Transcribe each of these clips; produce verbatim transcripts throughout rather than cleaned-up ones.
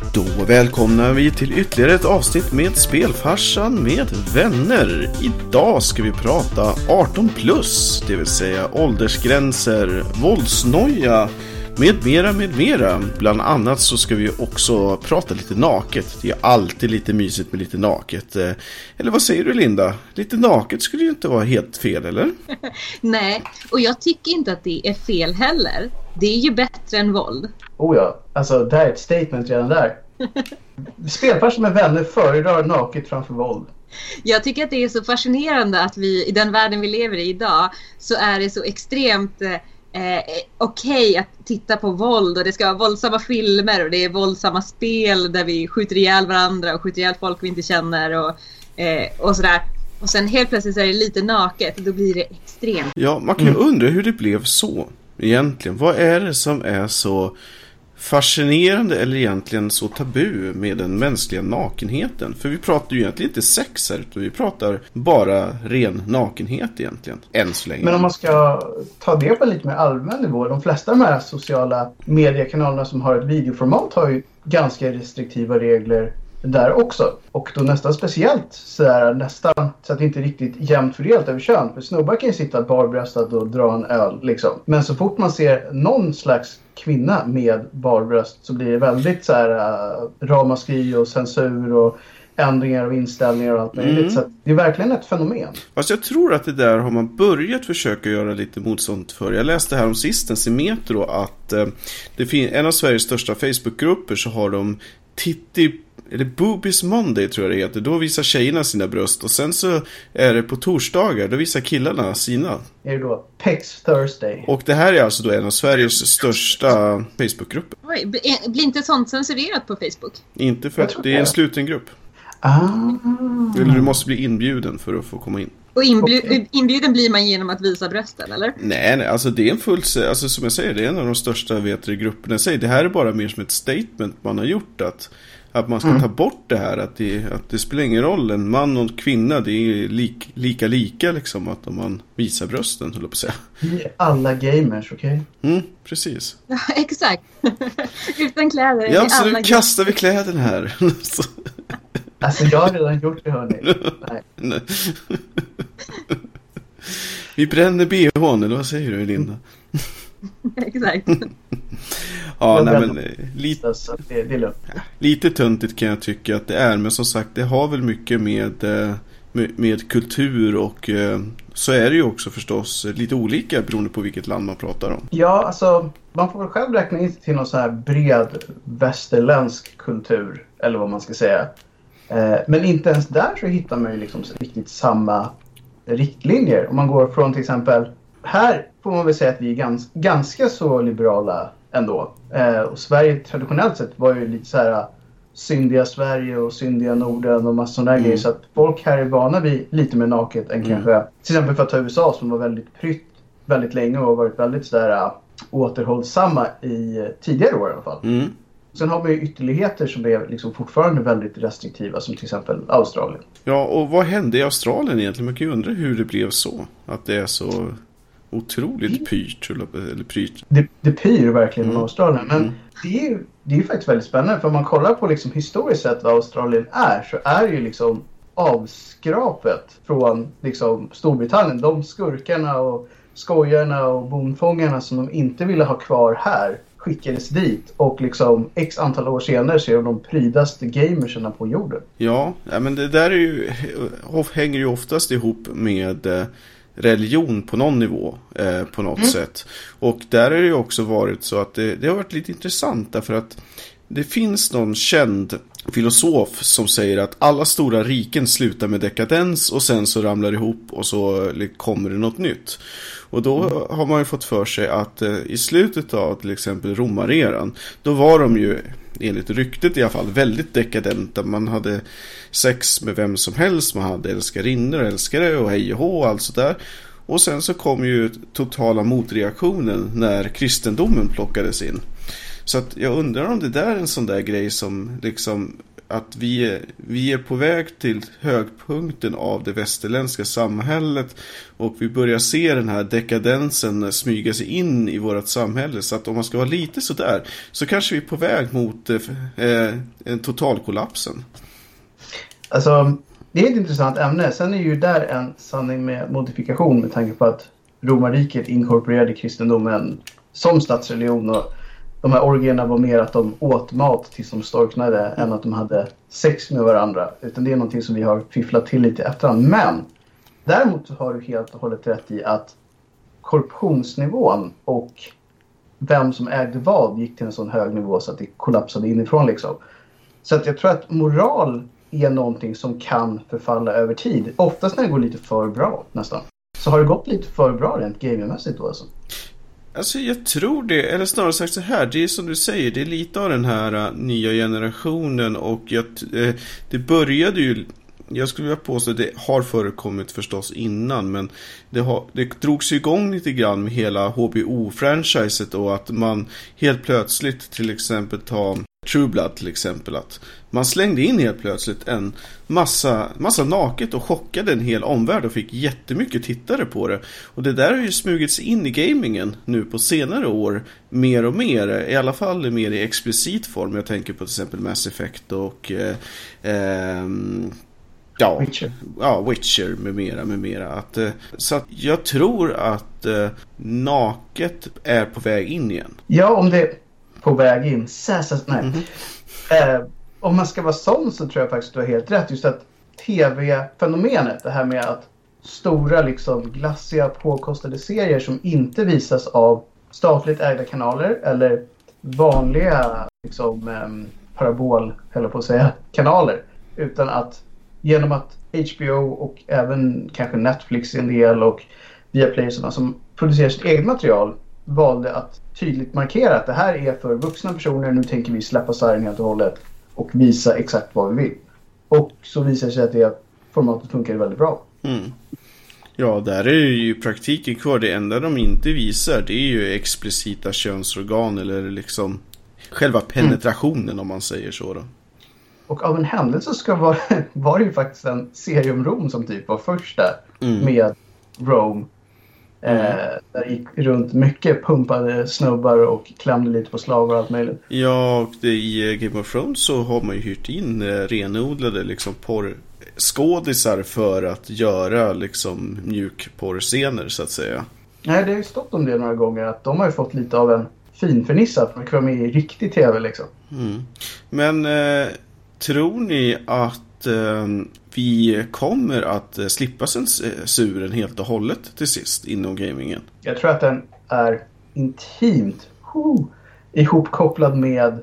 Då välkomnar vi till ytterligare ett avsnitt med Spelfarsan med vänner. Idag ska vi prata arton plus, det vill säga åldersgränser, våldsnoja med mera med mera. Bland annat så ska vi också prata lite naket. Det är alltid lite mysigt med lite naket. Eller vad säger du, Linda? Lite naket skulle ju inte vara helt fel, eller? Nej, och jag tycker inte att det är fel heller. Det är ju bättre än våld. Oh ja, alltså det här är ett statement redan där. Spelfarsan med vänner föredrar naket framför våld. Jag tycker att det är så fascinerande att vi i den världen vi lever i idag så är det så extremt eh, okej okay att titta på våld, och det ska vara våldsamma filmer och det är våldsamma spel där vi skjuter ihjäl varandra och skjuter ihjäl folk vi inte känner och, eh, och sådär. Och sen helt plötsligt så är det lite naket och då blir det extremt. Ja, man kan ju undra hur det blev så egentligen. Vad är det som är så fascinerande eller egentligen så tabu med den mänskliga nakenheten? För vi pratar ju egentligen inte sex här, utan vi pratar bara ren nakenhet egentligen, än så länge. Men om man ska ta det på lite mer allmän nivå, de flesta av de här sociala mediekanalerna som har ett videoformat har ju ganska restriktiva regler där också. Och då nästan speciellt så där, nästan så att det inte är riktigt jämnt fördelat över kön. För snubbar kan ju sitta barbröstad och dra en öl liksom. Men så fort man ser någon slags kvinna med barbröst så blir det väldigt så här uh, ramaskri och censur och ändringar och inställningar och allt möjligt. Mm. Så att det är verkligen ett fenomen. Fast jag tror att det där har man börjat försöka göra lite motstånd för. Jag läste här om sistens i Metro att uh, det finns en av Sveriges största Facebookgrupper, så har de Titti eller Boobies Monday tror jag det heter. Då visar tjejerna sina bröst. Och sen så är det på torsdagar, då visar killarna sina. Är det då Pecs Thursday? Och det här är alltså då en av Sveriges största Facebookgrupper. Oj, blir inte sånt censurerat på Facebook? Inte för att det är en sluten grupp. Ah. Eller du måste bli inbjuden för att få komma in. Och inbjud, okay. inbjuden blir man genom att visa brösten, eller? Nej, nej, alltså det är en full, alltså som jag säger, det är en av de största vet du, grupperna. Jag säger, det här är bara mer som ett statement man har gjort, att Att man ska mm. ta bort det här, att det, att det spelar ingen roll, en man och en kvinna, det är lik, lika lika liksom, att om man visar brösten, höll jag på att säga. Vi är alla gamers, okej? Okay? Mm, precis. Ja, exakt. Utan kläder. Ja, så nu kastar vi kläderna här. Alltså jag har redan gjort det, hörni. Nej. Nej. Vi bränner B H:n, eller vad säger du, Linda? Exakt. Ja, nej, men lite, det, det är lugnt. Lite töntigt kan jag tycka att det är, men som sagt, det har väl mycket med, med, med kultur och så är det ju också förstås lite olika beroende på vilket land man pratar om. Ja, alltså man får väl själv räkna in till någon så här bred västerländsk kultur, eller vad man ska säga. Men inte ens där så hittar man ju liksom riktigt samma riktlinjer. Om man går från till exempel, här får man väl säga att vi är gans, ganska så liberala ändå. Eh, och Sverige traditionellt sett var ju lite så här syndiga Sverige och syndiga Norden och massor sådana mm. grejer. Så att folk här är vana vid lite mer naket än mm. kanske, till exempel för att ta U S A som var väldigt prytt väldigt länge och har varit väldigt så där uh, återhållsamma i uh, tidigare år i alla fall. Mm. Sen har vi ju ytterligheter som är liksom fortfarande väldigt restriktiva, som till exempel Australien. Ja, och vad hände i Australien egentligen? Man kan ju undra hur det blev så. Att det är så otroligt pyrt. Eller pyrt. Det, det pyr verkligen mm. Australien. Men mm. det är ju det är ju faktiskt väldigt spännande. För om man kollar på liksom historiskt sett vad Australien är, så är det ju liksom avskrapet från liksom Storbritannien. De skurkarna och skojarna och bonfångarna som de inte ville ha kvar här skickades dit, och liksom x antal år senare så är de prydaste gamerserna på jorden. Ja, men det där är ju, hänger ju oftast ihop med religion på någon nivå eh, på något mm. sätt. Och där är det ju också varit så att det, det har varit lite intressant, därför att det finns någon känd filosof som säger att alla stora riken slutar med dekadens och sen så ramlar det ihop och så kommer det något nytt. Och då mm. har man ju fått för sig att eh, i slutet av till exempel romareran, då var de ju enligt ryktet i alla fall väldigt dekadenta. Man hade sex med vem som helst, man hade älskarinnor och älskare och hej och hå och allt sådär. Och sen så kom ju totala motreaktionen när kristendomen plockades in. Så att jag undrar om det där är en sån där grej som liksom att vi är, vi är på väg till högpunkten av det västerländska samhället och vi börjar se den här dekadensen smyga sig in i vårt samhälle. Så att om man ska vara lite sådär så kanske vi är på väg mot eh, en totalkollapsen. Alltså, det är ett intressant ämne. Sen är ju där en sanning med modifikation med tanke på att romarriket inkorporerade kristendomen som statsreligion och de här orgierna var mer att de åt mat tills de storknade mm. än att de hade sex med varandra. Utan det är någonting som vi har fifflat till lite efterhand. Men däremot har du helt och hållet rätt i att korruptionsnivån och vem som ägde vad gick till en sån hög nivå så att det kollapsade inifrån liksom. Så att jag tror att moral är någonting som kan förfalla över tid. Oftast när det går lite för bra nästan. Så har det gått lite för bra rent gamingmässigt då alltså? Alltså jag tror det, eller snarare sagt så här, det är som du säger, det är lite av den här uh, nya generationen och jag, uh, det började ju, jag skulle vilja påstå att det har förekommit förstås innan, men det, har, det drogs igång lite grann med hela H B O-franchiset och att man helt plötsligt till exempel tar True Blood till exempel, att man slängde in helt plötsligt en massa, massa naket och chockade en hel omvärld och fick jättemycket tittare på det. Och det där har ju smugits in i gamingen nu på senare år mer och mer, i alla fall mer i explicit form. Jag tänker på till exempel Mass Effect och eh, eh, ja, Witcher. ja, Witcher med mera, med mera. Att, eh, så att jag tror att eh, naket är på väg in igen. Ja, om det på väg in. Säsas, nej. Mm-hmm. Eh, om man ska vara sån så tror jag faktiskt du har helt rätt. Just att tv-fenomenet, det här med att stora liksom glassiga påkostade serier som inte visas av statligt ägda kanaler eller vanliga liksom eh, parabol, eller på att säga, kanaler. Utan att genom att H B O och även kanske Netflix en del och Viaplay som producerar sitt eget material valde att tydligt markera att det här är för vuxna personer, nu tänker vi släppa sargen helt och hållet och visa exakt vad vi vill. Och så visar det sig att det formatet funkar väldigt bra. Mm. Ja, där är ju praktiken kvar. Det enda de inte visar, det är ju explicita könsorgan eller liksom själva penetrationen mm. om man säger så då. Och av en händelse ska vara, var det ju faktiskt en serie om Rom som typ var första mm. med Rome. Mm. Eh, där gick runt mycket pumpade snubbar och klämde lite på slavar och allt möjligt. Ja, och det, i Game of Thrones så har man ju hyrt in eh, renodlade liksom porrskådisar för att göra liksom mjukporrscener så att säga. Nej, det har ju stått om det några gånger att de har ju fått lite av en finförnissa för att vara med i riktig tv liksom. Mm. Men eh, tror ni att eh, vi kommer att slippa censuren helt och hållet till sist inom gamingen? Jag tror att den är intimt huh, ihopkopplad med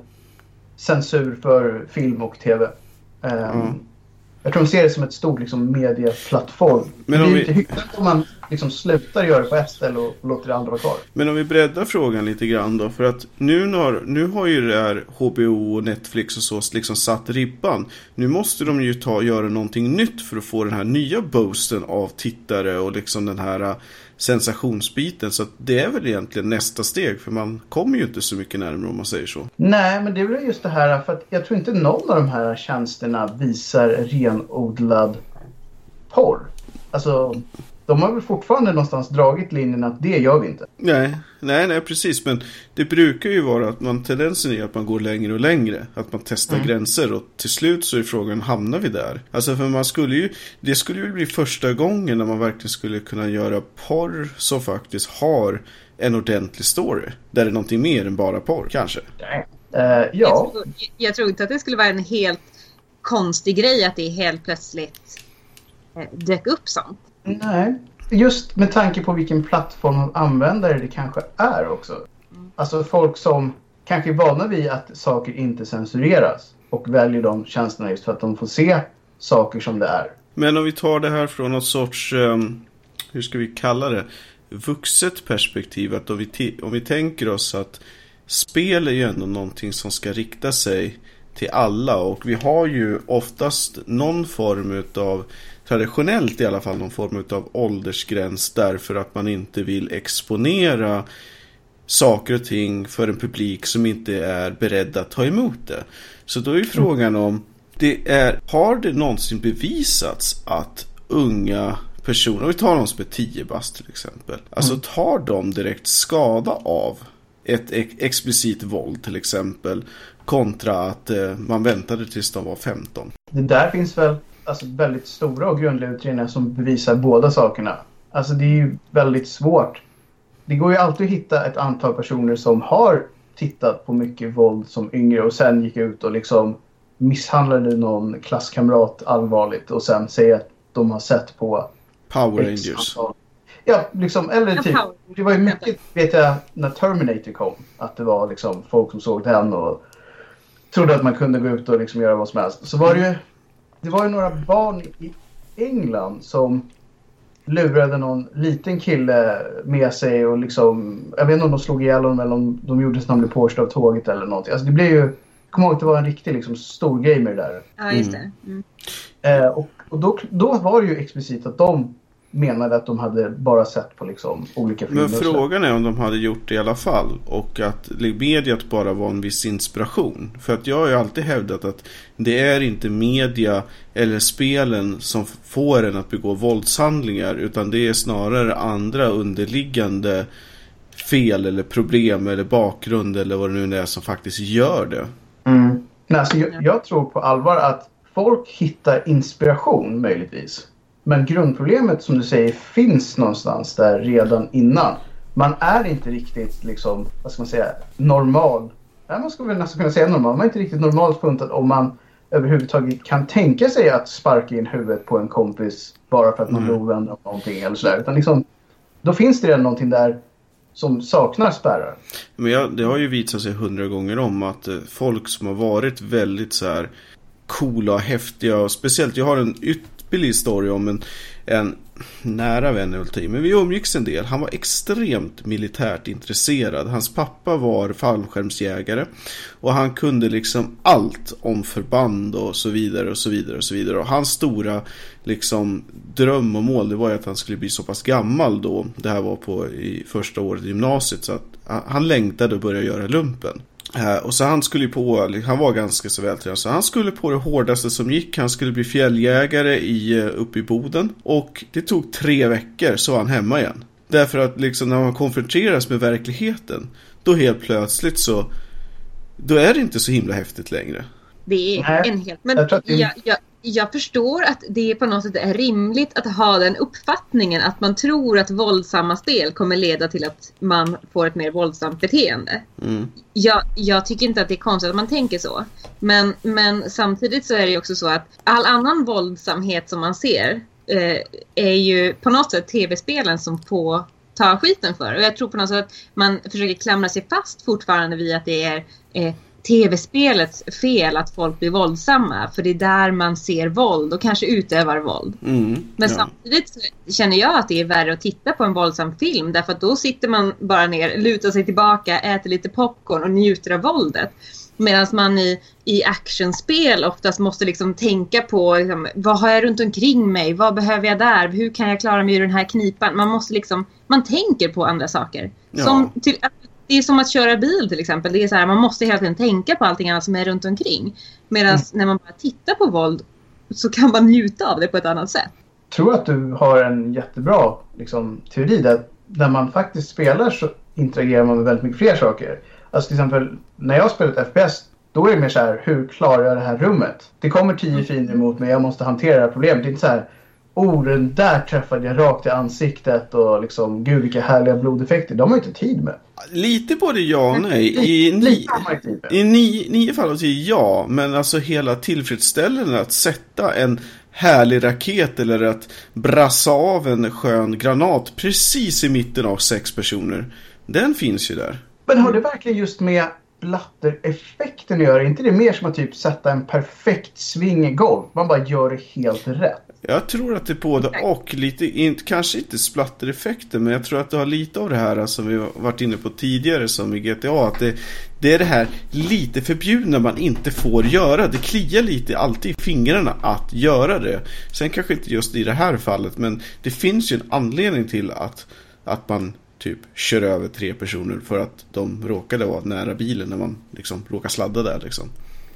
censur för film och tv. Um, mm. Jag tror de ser det som ett stort liksom, medieplattform. Men det är vi... inte hyckligt om man liksom, slutar göra det på ett ställe och låter det andra vara kvar. Men om vi breddar frågan lite grann då. För att nu har, nu har ju det här H B O och Netflix och så liksom satt ribban. Nu måste de ju ta göra någonting nytt för att få den här nya boosten av tittare och liksom den här sensationsbiten. Så att det är väl egentligen nästa steg. För man kommer ju inte så mycket närmare om man säger så. Nej, men det är väl just det här. För att jag tror inte någon av de här tjänsterna visar renodlad porr. Alltså, de har väl fortfarande någonstans dragit linjen att det gör vi inte. Nej, nej, nej, precis. Men det brukar ju vara att man tendensen är att man går längre och längre. Att man testar mm. gränser och till slut så är frågan, hamnar vi där? Alltså för man skulle ju, det skulle ju bli första gången när man verkligen skulle kunna göra porr som faktiskt har en ordentlig story. Där det är någonting mer än bara porr, kanske. Nej. Uh, ja. jag, tror, jag tror inte att det skulle vara en helt konstig grej att det helt plötsligt eh, dök upp sånt. Nej, just med tanke på vilken plattform av användare det kanske är också. Mm. Alltså folk som kanske är vana vid att saker inte censureras och väljer de tjänsterna just för att de får se saker som det är. Men om vi tar det här från något sorts, um, hur ska vi kalla det, vuxet perspektiv, att om vi, t- om vi tänker oss att spel är ju ändå någonting som ska rikta sig till alla, och vi har ju oftast någon form av, traditionellt i alla fall, någon form av åldersgräns därför att man inte vill exponera saker och ting för en publik som inte är beredd att ta emot det. Så då är frågan om det är, har det någonsin bevisats att unga personer, och vi tar någon som är tio bast till exempel, alltså mm. tar de direkt skada av ett ex- explicit våld till exempel, kontra att eh, man väntade tills de var femton. Det där finns väl alltså väldigt stora och grundliga utredningar som bevisar båda sakerna. Alltså det är ju väldigt svårt. Det går ju alltid att hitta ett antal personer som har tittat på mycket våld som yngre och sen gick ut och liksom misshandlade någon klasskamrat allvarligt och sen säger att de har sett på Power Rangers. Ja, liksom, eller typ, det var ju mycket, vet jag, när Terminator kom, att det var liksom folk som såg den och trodde att man kunde gå ut och liksom göra vad som helst. Så var det ju, det var ju några barn i England som lurade någon liten kille med sig och liksom, jag vet inte om de slog ihjäl honom eller om de gjorde så att han blev påstådd av tåget eller någonting. Alltså det blev ju, kom ihåg att det var en riktig liksom stor grej med det där. Ja, just det. Mm. Eh, och och då, då var det ju explicit att de menade att de hade bara sett på liksom olika filmer. Men frågan är om de hade gjort det i alla fall, och att mediet bara var en viss inspiration. För att jag har ju alltid hävdat att det är inte media eller spelen som får en att begå våldshandlingar, utan det är snarare andra underliggande fel eller problem eller bakgrund eller vad det nu är som faktiskt gör det. Mm. Nej, alltså jag, jag tror på allvar att folk hittar inspiration möjligtvis. Men grundproblemet som du säger finns någonstans där redan innan. Man är inte riktigt liksom, vad ska man säga, normal. Nej, man skulle väl nästan kunna säga normal. Man är inte riktigt normalt funtad om man överhuvudtaget kan tänka sig att sparka in huvudet på en kompis bara för att man blir ovän av någonting eller sådär. Utan liksom, då finns det redan någonting där som saknar spärrar. Men jag, det har ju visat sig hundra gånger om att eh, folk som har varit väldigt så här coola och häftiga, och speciellt, jag har en ytterligare historia om en, en nära vän, men vi umgicks en del. Han var extremt militärt intresserad. Hans pappa var fallskärmsjägare och han kunde liksom allt om förband och så vidare och så vidare och så vidare. Och hans stora liksom dröm och mål, det var att han skulle bli så pass gammal då. Det här var på i första året i gymnasiet, så att han längtade att börja göra lumpen. Uh, och så han skulle på, han var ganska så vältränad, så han skulle på det hårdaste som gick. Han skulle bli fjälljägare i, uh, uppe i Boden, och det tog tre veckor så var han hemma igen. Därför att liksom när man konfronteras med verkligheten, då helt plötsligt så då är det inte så himla häftigt längre. Det är en helt, men jag, jag, jag, jag förstår att det på något sätt är rimligt att ha den uppfattningen att man tror att våldsamma spel kommer leda till att man får ett mer våldsamt beteende. Mm. Jag, jag tycker inte att det är konstigt att man tänker så. Men, men samtidigt så är det ju också så att all annan våldsamhet som man ser eh, är ju på något sätt tv-spelen som får ta skiten för. Och jag tror på något sätt att man försöker klamra sig fast fortfarande vid att det är eh, tv-spelets fel att folk blir våldsamma, för det är där man ser våld och kanske utövar våld. Mm, men ja. Samtidigt så känner jag att det är värre att titta på en våldsam film, därför att då sitter man bara ner, lutar sig tillbaka, äter lite popcorn och njuter av våldet. Medan man i, i actionspel oftast måste liksom tänka på liksom, vad har jag runt omkring mig, vad behöver jag där, hur kan jag klara mig ur den här knipan. Man måste liksom, man tänker på andra saker. Ja. Som till, det är som att köra bil till exempel. Det är så här, man måste hela tiden tänka på allting annat som är runt omkring. Medan mm. när man bara tittar på våld så kan man njuta av det på ett annat sätt. Jag tror att du har en jättebra liksom, teori där. När man faktiskt spelar så interagerar man med väldigt mycket fler saker. Alltså till exempel, när jag spelar ett F P S, då är det mer så här, hur klarar jag det här rummet? Det kommer tio fiender emot mig, jag måste hantera det här problemet. Det är inte så här, oh, den där träffade jag rakt i ansiktet och liksom, gud vilka härliga blodeffekter. De har ju inte tid med. Lite både ja och nej. I, ni, i nio, nio fall av tio ja, men alltså hela tillfredsställelsen att sätta en härlig raket eller att brassa av en skön granat precis i mitten av sex personer, den finns ju där. Men har det verkligen just med blattereffekten att göra? Är inte det mer som att typ sätta en perfekt sving i golf? Man bara gör det helt rätt. Jag tror att det är både och lite, inte, kanske inte splattereffekten, men jag tror att det har lite av det här som vi varit inne på tidigare som i G T A, att det, det är det här lite förbjudna man inte får göra. Det kliar lite alltid i fingrarna att göra det. Sen kanske inte just i det här fallet, men det finns ju en anledning till att, att man typ kör över tre personer för att de råkade vara nära bilen när man liksom råkar sladda där liksom.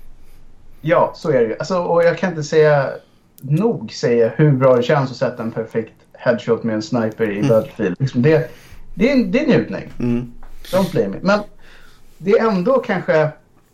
Ja, så är det ju. Alltså, och jag kan inte säga nog säga hur bra det känns att sätta en perfekt headshot med en sniper i mm. Battlefield. Liksom det, det, är en, det är en njutning. Mm. Don't blame me. Men det är ändå kanske,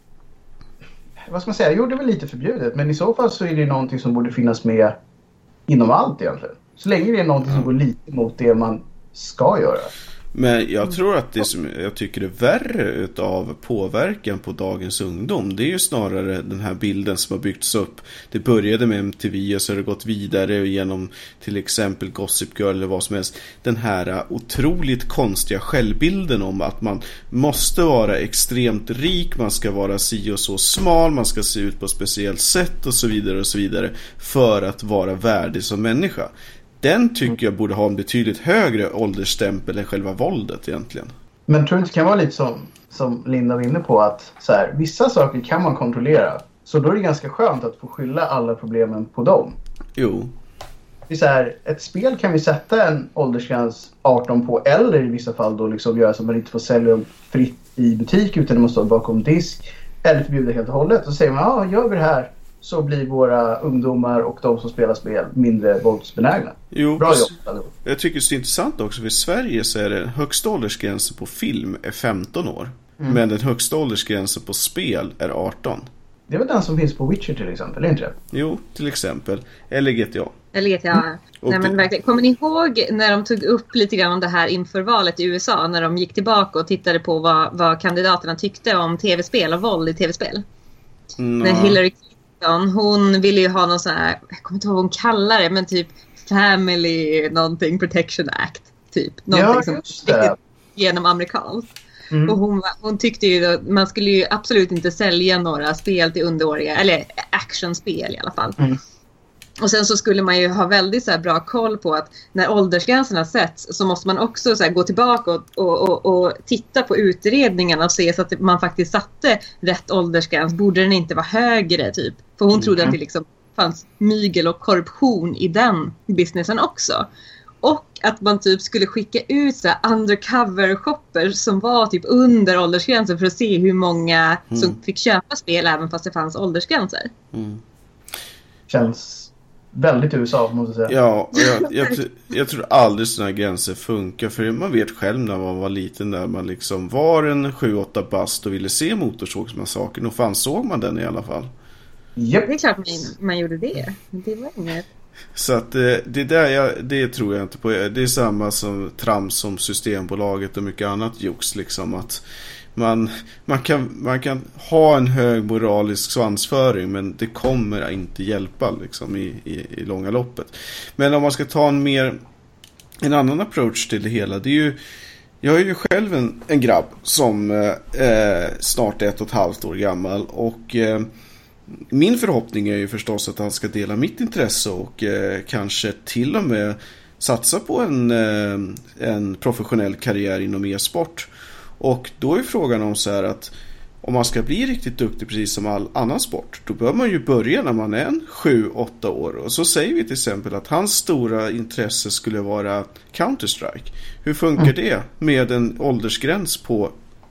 vad ska man säga, jo det är väl lite förbjudet, men i så fall så är det någonting som borde finnas med inom allt egentligen. Så länge det är någonting som går lite mot det man ska göra. Men jag tror att det som jag tycker är värre utav påverkan på dagens ungdom, det är ju snarare den här bilden som har byggts upp. Det började med M T V och så har det gått vidare genom till exempel Gossip Girl eller vad som helst. Den här otroligt konstiga självbilden om att man måste vara extremt rik, man ska vara si och så smal, man ska se ut på ett speciellt sätt och så vidare och så vidare för att vara värdig som människa. Den tycker jag borde ha en betydligt högre åldersstämpel än själva våldet egentligen. Men tror du inte det kan vara lite som, som Linda var inne på, att så här, vissa saker kan man kontrollera. Så då är det ganska skönt att få skylla alla problemen på dem. Jo. Det är så här, ett spel kan vi sätta en åldersgräns arton på, eller i vissa fall då liksom göra så att man inte får sälja fritt i butik utan det måste vara bakom disk. Eller förbjuda helt och hållet. Och så säger man, ja gör vi det här, så blir våra ungdomar och de som spelar spel mindre våldsbenägna. Jo, bra jobb. Alltså. Jag tycker det är intressant också, för i Sverige så är det högsta åldersgränsen på film är femton år. Mm. Men den högsta åldersgränsen på spel är arton. Det är väl den som finns på Witcher till exempel, är inte det? Jo, till exempel. Eller G T A. Eller G T A. Mm. Nej, men verkligen. Kommer ni ihåg när de tog upp lite grann om det här inför valet i U S A? När de gick tillbaka och tittade på vad, vad kandidaterna tyckte om tv-spel och våld i tv-spel? Mm. När Hillary hon ville ju ha någon sån här, jag kommer inte ihåg vad hon kallar det, men typ Family någonting Protection Act typ, någonting ja, som genom amerikanskt. Mm. Och hon, hon tyckte ju att man skulle ju absolut inte sälja några spel till underåriga, eller actionspel i alla fall. Mm. Och sen så skulle man ju ha väldigt så här bra koll på att när åldersgränserna sätts så måste man också så här gå tillbaka och, och, och, och titta på utredningarna och se så att man faktiskt satte rätt åldersgräns. Borde den inte vara högre typ? För hon mm. trodde att det liksom fanns mygel och korruption i den businessen också. Och att man typ skulle skicka ut så här undercover-shopper som var typ under åldersgränsen för att se hur många mm. som fick köpa spel även fast det fanns åldersgränser. Mm. Känns väldigt U S A måste jag säga. Ja, jag, jag, jag tror aldrig sådana här gränser funkar. För man vet själv när man var liten, där man liksom var en sju åtta bast och ville se motorsågsmassakern. Och fan såg man den i alla fall. Yep. Det är klart man, man gjorde det. Det var inget. Så att det där jag, det tror jag inte på. Det är samma som trams som Systembolaget och mycket annat jox liksom, att man, man, kan, man kan ha en hög moralisk svansföring, men det kommer inte hjälpa liksom, i, i, i långa loppet. Men om man ska ta en mer en annan approach till det hela, det är ju, jag är ju själv en, en grabb som eh, snart är ett och ett halvt år gammal, och eh, min förhoppning är ju förstås att han ska dela mitt intresse och eh, kanske till och med satsa på en, eh, en professionell karriär inom e-sport. Och då är frågan om så här att om man ska bli riktigt duktig precis som all annan sport, då bör man ju börja när man är en sju åtta år. Och så säger vi till exempel att hans stora intresse skulle vara Counter-Strike. Hur funkar det med en åldersgräns på,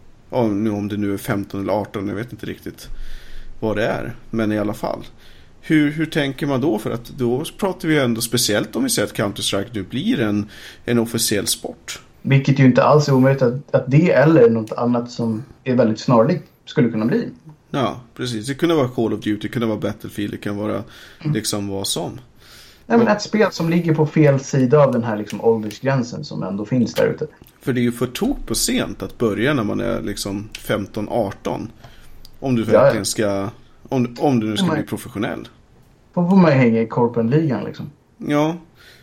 om det nu är femton eller arton, jag vet inte riktigt vad det är, men i alla fall. Hur, hur tänker man då? För att då pratar vi ändå, speciellt om vi säger att Counter-Strike nu blir en, en officiell sport. Vilket ju inte alls är omöjligt att, att det eller något annat som är väldigt snarligt skulle kunna bli. Ja, precis. Det kunde vara Call of Duty, det kunde vara Battlefield, det kan vara liksom vad som. Nej, men ett spel som ligger på fel sida av den här liksom åldersgränsen som ändå finns där ute. För det är ju för tok på sent att börja när man är liksom femton arton. Om du verkligen ska, om, om du nu ska bli professionell. Då får man ju hänga i korpenligan liksom. Ja.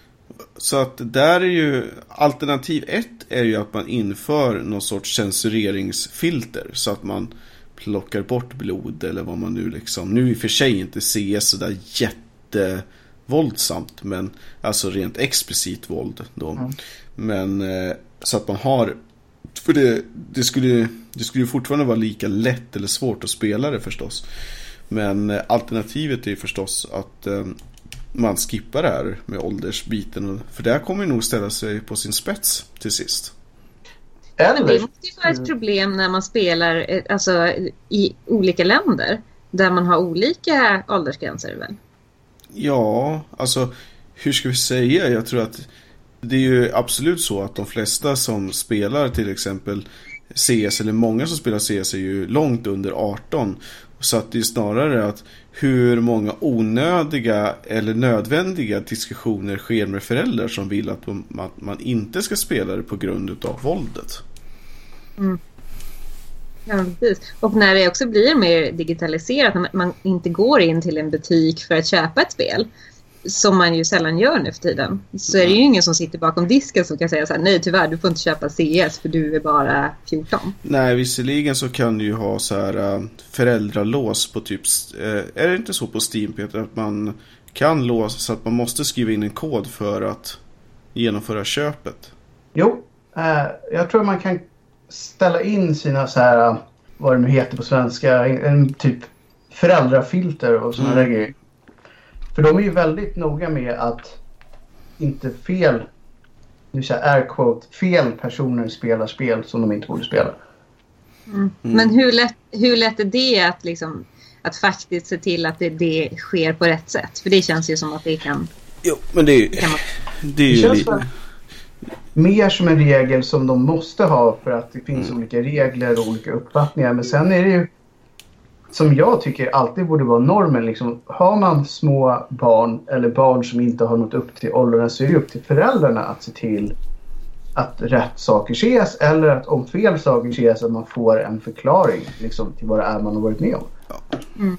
Så att där är ju alternativ ett är ju att man inför någon sorts censureringsfilter så att man plockar bort blod eller vad man nu liksom, nu i och för sig inte C S så där jättevåldsamt, men alltså rent explicit våld då. Mm. Men eh, så att man har, för det, det skulle det skulle ju fortfarande vara lika lätt eller svårt att spela det förstås. Men eh, alternativet är ju förstås att eh, man skippar det här med åldersbiten, för det här kommer ju nog ställa sig på sin spets till sist. Eller... Men det måste ju vara ett problem när man spelar eh, alltså, i olika länder där man har olika åldersgränser väl? Ja, alltså hur ska vi säga? Jag tror att det är ju absolut så att de flesta som spelar till exempel C S, eller många som spelar C S, är ju långt under arton. Så att det är snarare att hur många onödiga eller nödvändiga diskussioner sker med föräldrar som vill att man inte ska spela det på grund av våldet. Mm. Ja, precis. Och när det också blir mer digitaliserat, när man inte går in till en butik för att köpa ett spel, som man ju sällan gör nu för tiden, så är det ju ingen som sitter bakom disken som kan säga så här: nej tyvärr, du får inte köpa C S för du är bara fjorton. Nej, visserligen så kan du ju ha så här uh, föräldralås på typ, uh, är det inte så på Steam, Peter, att man kan låsa så att man måste skriva in en kod för att genomföra köpet? Jo, uh, jag tror man kan ställa in sina så här, uh, vad det nu heter på svenska, en, en typ föräldrafilter och sådana mm. där grejer. För de är ju väldigt noga med att inte fel, nu säger air quote, fel personer spelar spel som de inte borde spela. Mm. Mm. Men hur lätt, hur lätt är det att, liksom, att faktiskt se till att det, det sker på rätt sätt? För det känns ju som att det kan... Jo, men det är ju... Det, man... det, är ju det känns li- mer som en regel som de måste ha för att det finns mm. olika regler och olika uppfattningar. Men sen är det ju, som jag tycker alltid borde vara normen, liksom, har man små barn eller barn som inte har nått upp till åldern, så är det upp till föräldrarna att se till att rätt saker ses, eller att om fel saker ses att man får en förklaring liksom, till vad det är man har varit med om. Ja. Mm.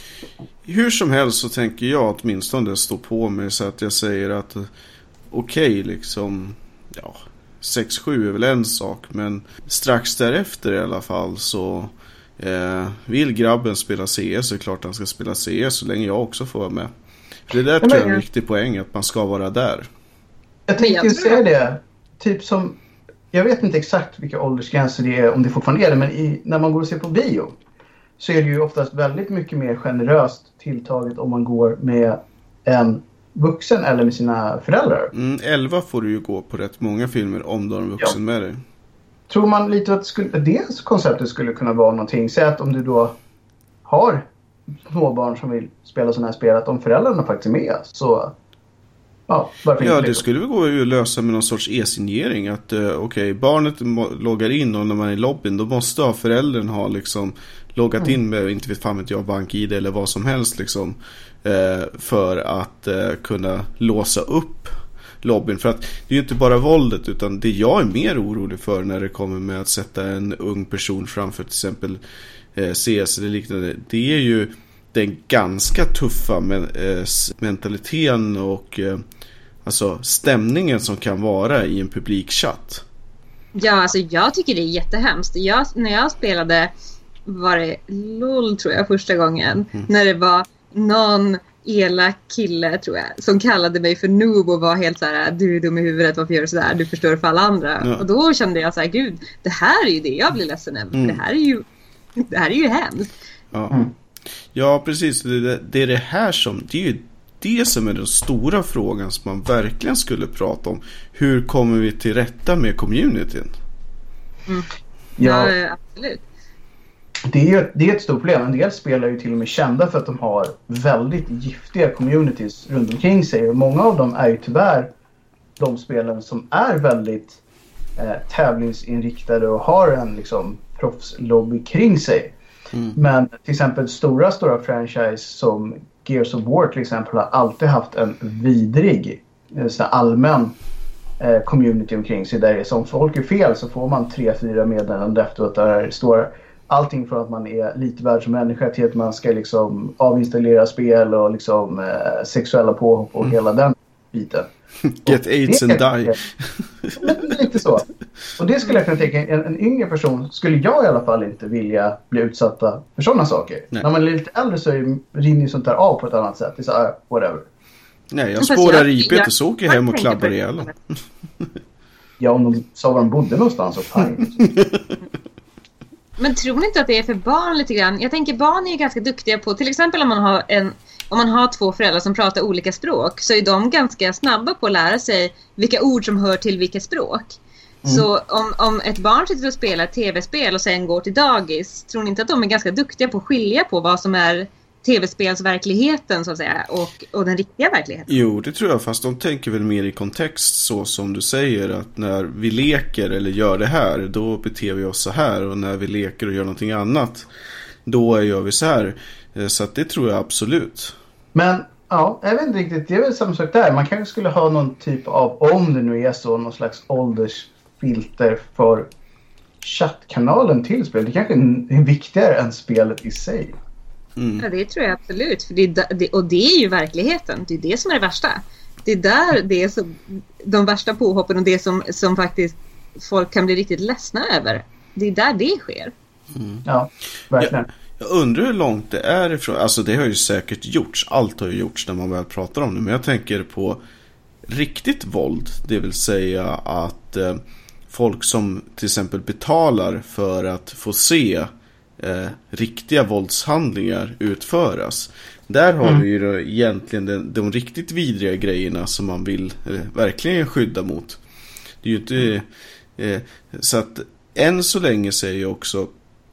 Hur som helst så tänker jag åtminstone stå på mig så att jag säger att okej, okay, liksom ja, sex sju är väl en sak, men strax därefter i alla fall så Eh, vill grabben spela C S så är det klart han ska spela C S så länge jag också får vara med. För det där tror jag är en viktig poäng, att man ska vara där. Jag tänkte ju säga det. Typ som, jag vet inte exakt vilka åldersgränser det är, om det fortfarande är det, men i, när man går och ser på bio så är det ju oftast väldigt mycket mer generöst tilltaget om man går med en vuxen eller med sina föräldrar. Mm, elva får du ju gå på rätt många filmer om du har en vuxen ja. med dig. Tror man lite att skulle, det konceptet skulle kunna vara någonting? Säg att om du då har småbarn som vill spela sådana här spel, att om föräldrarna faktiskt är med, så ja, varför ja inte det skulle väl gå att lösa med någon sorts e-signering. Att uh, okej, okay, barnet må- loggar in och när man är i lobbyn, då måste ha föräldern ha liksom loggat mm. in med, inte vet fan vet jag, bank-I D eller vad som helst liksom, uh, för att uh, kunna låsa upp lobbyn. För att det är ju inte bara våldet, utan det jag är mer orolig för när det kommer med att sätta en ung person framför till exempel eh, C S eller liknande, det är ju den ganska tuffa men, eh, mentaliteten och eh, alltså stämningen som kan vara i en publikchatt. Ja, alltså jag tycker det är jättehemskt. Jag, när jag spelade var det LOL tror jag första gången, mm. när det var någon elak kille tror jag som kallade mig för noob och var helt så här: du är dum i huvudet, varför gör du sådär, du förstör för alla andra. Ja. Och då kände jag så här: gud, det här är ju det jag blir ledsen över. Mm. Det här är ju det här är ju hemskt. Ja, mm. ja precis, det, det är det här som det är ju det som är den stora frågan som man verkligen skulle prata om. Hur kommer vi till rätta med communityn? Mm. Ja, ja, absolut. Det är, det är ett stort problem. En del spelare är ju till och med kända för att de har väldigt giftiga communities runt omkring sig. Och många av dem är ju tyvärr de spelare som är väldigt eh, tävlingsinriktade och har en liksom, proffslobby kring sig. Mm. Men till exempel stora, stora franchise som Gears of War till exempel har alltid haft en vidrig sån allmän eh, community omkring sig. Där det är som folk är fel så får man tre, fyra meddelanden efteråt där det står allting från att man är lite värd som människa till att man ska liksom avinstallera spel och liksom eh, sexuella påhopp och mm. hela den biten. Get AIDS and die. Lite så. Och det skulle jag kunna tänka, en, en yngre person skulle jag i alla fall inte vilja bli utsatta för sådana saker. Nej. När man är lite äldre så är, rinner ju sånt där av på ett annat sätt. Det är så här, whatever. Nej, jag spårar I P och så åker hem och klabbar ihjäl. Ja, om de sa var de bodde någonstans så fine. Men tror ni inte att det är för barn lite grann? Jag tänker barn är ju ganska duktiga på, till exempel om man har en om man har två föräldrar som pratar olika språk, så är de ganska snabba på att lära sig vilka ord som hör till vilka språk. Mm. Så om, om ett barn sitter och spelar tv-spel och sen går till dagis, tror ni inte att de är ganska duktiga på att skilja på vad som är tv-spelsverkligheten så att säga och, och den riktiga verkligheten? Jo, det tror jag, fast de tänker väl mer i kontext så som du säger, att när vi leker eller gör det här, då beter vi oss så här, och när vi leker och gör någonting annat, då gör vi så här. Så att det tror jag absolut. Men ja, jag vet inte riktigt, det är väl samma sak där. Man kanske skulle ha någon typ av, om det nu är så, någon slags åldersfilter för chattkanalen till spel. Det kanske är viktigare än spelet i sig. Mm. Ja, det tror jag absolut. För det, det, och det är ju verkligheten. Det är det som är det värsta. Det är där det är så, de värsta påhoppen och det som, som faktiskt folk kan bli riktigt ledsna över. Det är där det sker. Mm. Ja, verkligen. Jag, jag undrar hur långt det är ifrån. Alltså det har ju säkert gjorts. Allt har ju gjorts när man väl pratar om det. Men jag tänker på riktigt våld. Det vill säga att eh, folk som till exempel betalar för att få se Eh, riktiga våldshandlingar utföras. Där har mm. vi ju då egentligen de, de riktigt vidriga grejerna som man vill eh, verkligen skydda mot. Det är ju inte eh, så att än så länge så är ju också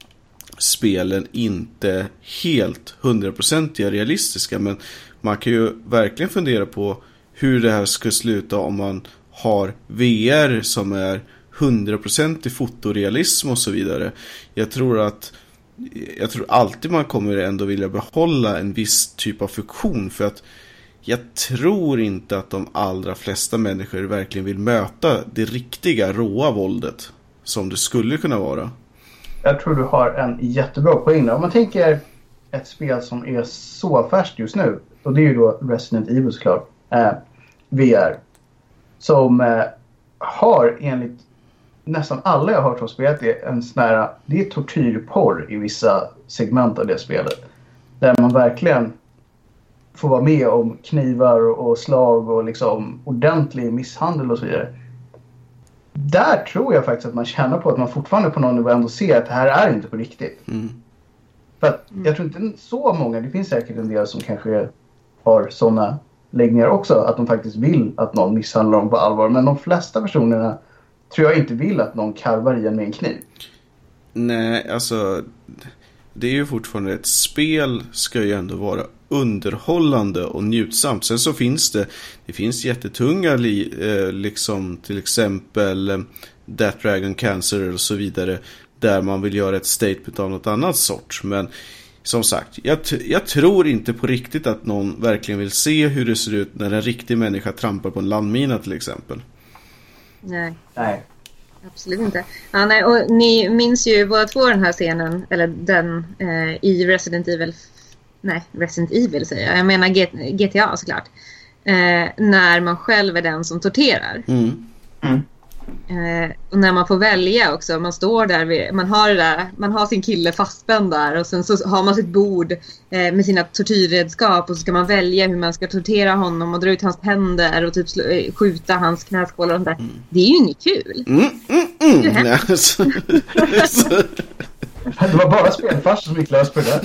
spelen inte helt hundraprocentiga realistiska, men man kan ju verkligen fundera på hur det här ska sluta om man har V R som är hundraprocentig fotorealism och så vidare. Jag tror att Jag tror alltid man kommer ändå vilja behålla en viss typ av funktion, för att jag tror inte att de allra flesta människor verkligen vill möta det riktiga råa våldet som det skulle kunna vara. Jag tror du har en jättebra poäng. Om man tänker ett spel som är så färskt just nu, och det är ju då Resident Evil såklart, eh, V R, som eh, har enligt nästan alla jag har hört om spelet det är en sån här, det är tortyrporr i vissa segment av det spelet. Där man verkligen får vara med om knivar och slag och liksom ordentlig misshandel och så vidare. Där tror jag faktiskt att man känner på att man fortfarande på någon nivå ändå ser att det här är inte på riktigt. Mm. För att jag tror inte så många, det finns säkert en del som kanske har sådana läggningar också, att de faktiskt vill att någon misshandlar dem på allvar. Men de flesta personerna tror jag inte vill att någon karvar i en med en kniv. Nej, alltså det är ju fortfarande ett spel, ska ju ändå vara underhållande och njutsamt. Sen så finns det det finns jättetunga li, eh, liksom till exempel eh, That Dragon Cancer och så vidare, där man vill göra ett statement av något annat sorts. Men som sagt, jag, t- jag tror inte på riktigt att någon verkligen vill se hur det ser ut när en riktig människa trampar på en landmina till exempel. Nej. Nej. Absolut inte. Ja, nej, och ni minns ju båda två den här scenen, eller den eh, i Resident Evil. Nej, Resident Evil säger jag. Jag menar G- GTA såklart. Eh, när man själv är den som torterar. Mm. Mm. Eh, och när man får välja också. Man står där, vid, man har det där, man har sin kille fastspänd där. Och sen så har man sitt bord eh, med sina tortyrredskap. Och så ska man välja hur man ska tortera honom och dra ut hans händer och typ sl- skjuta hans knäskålar och sånt där. Mm. Det är ju inget kul. Mm, mm, mm. Det är hemskt. Det var bara spelfars som gick lös på det.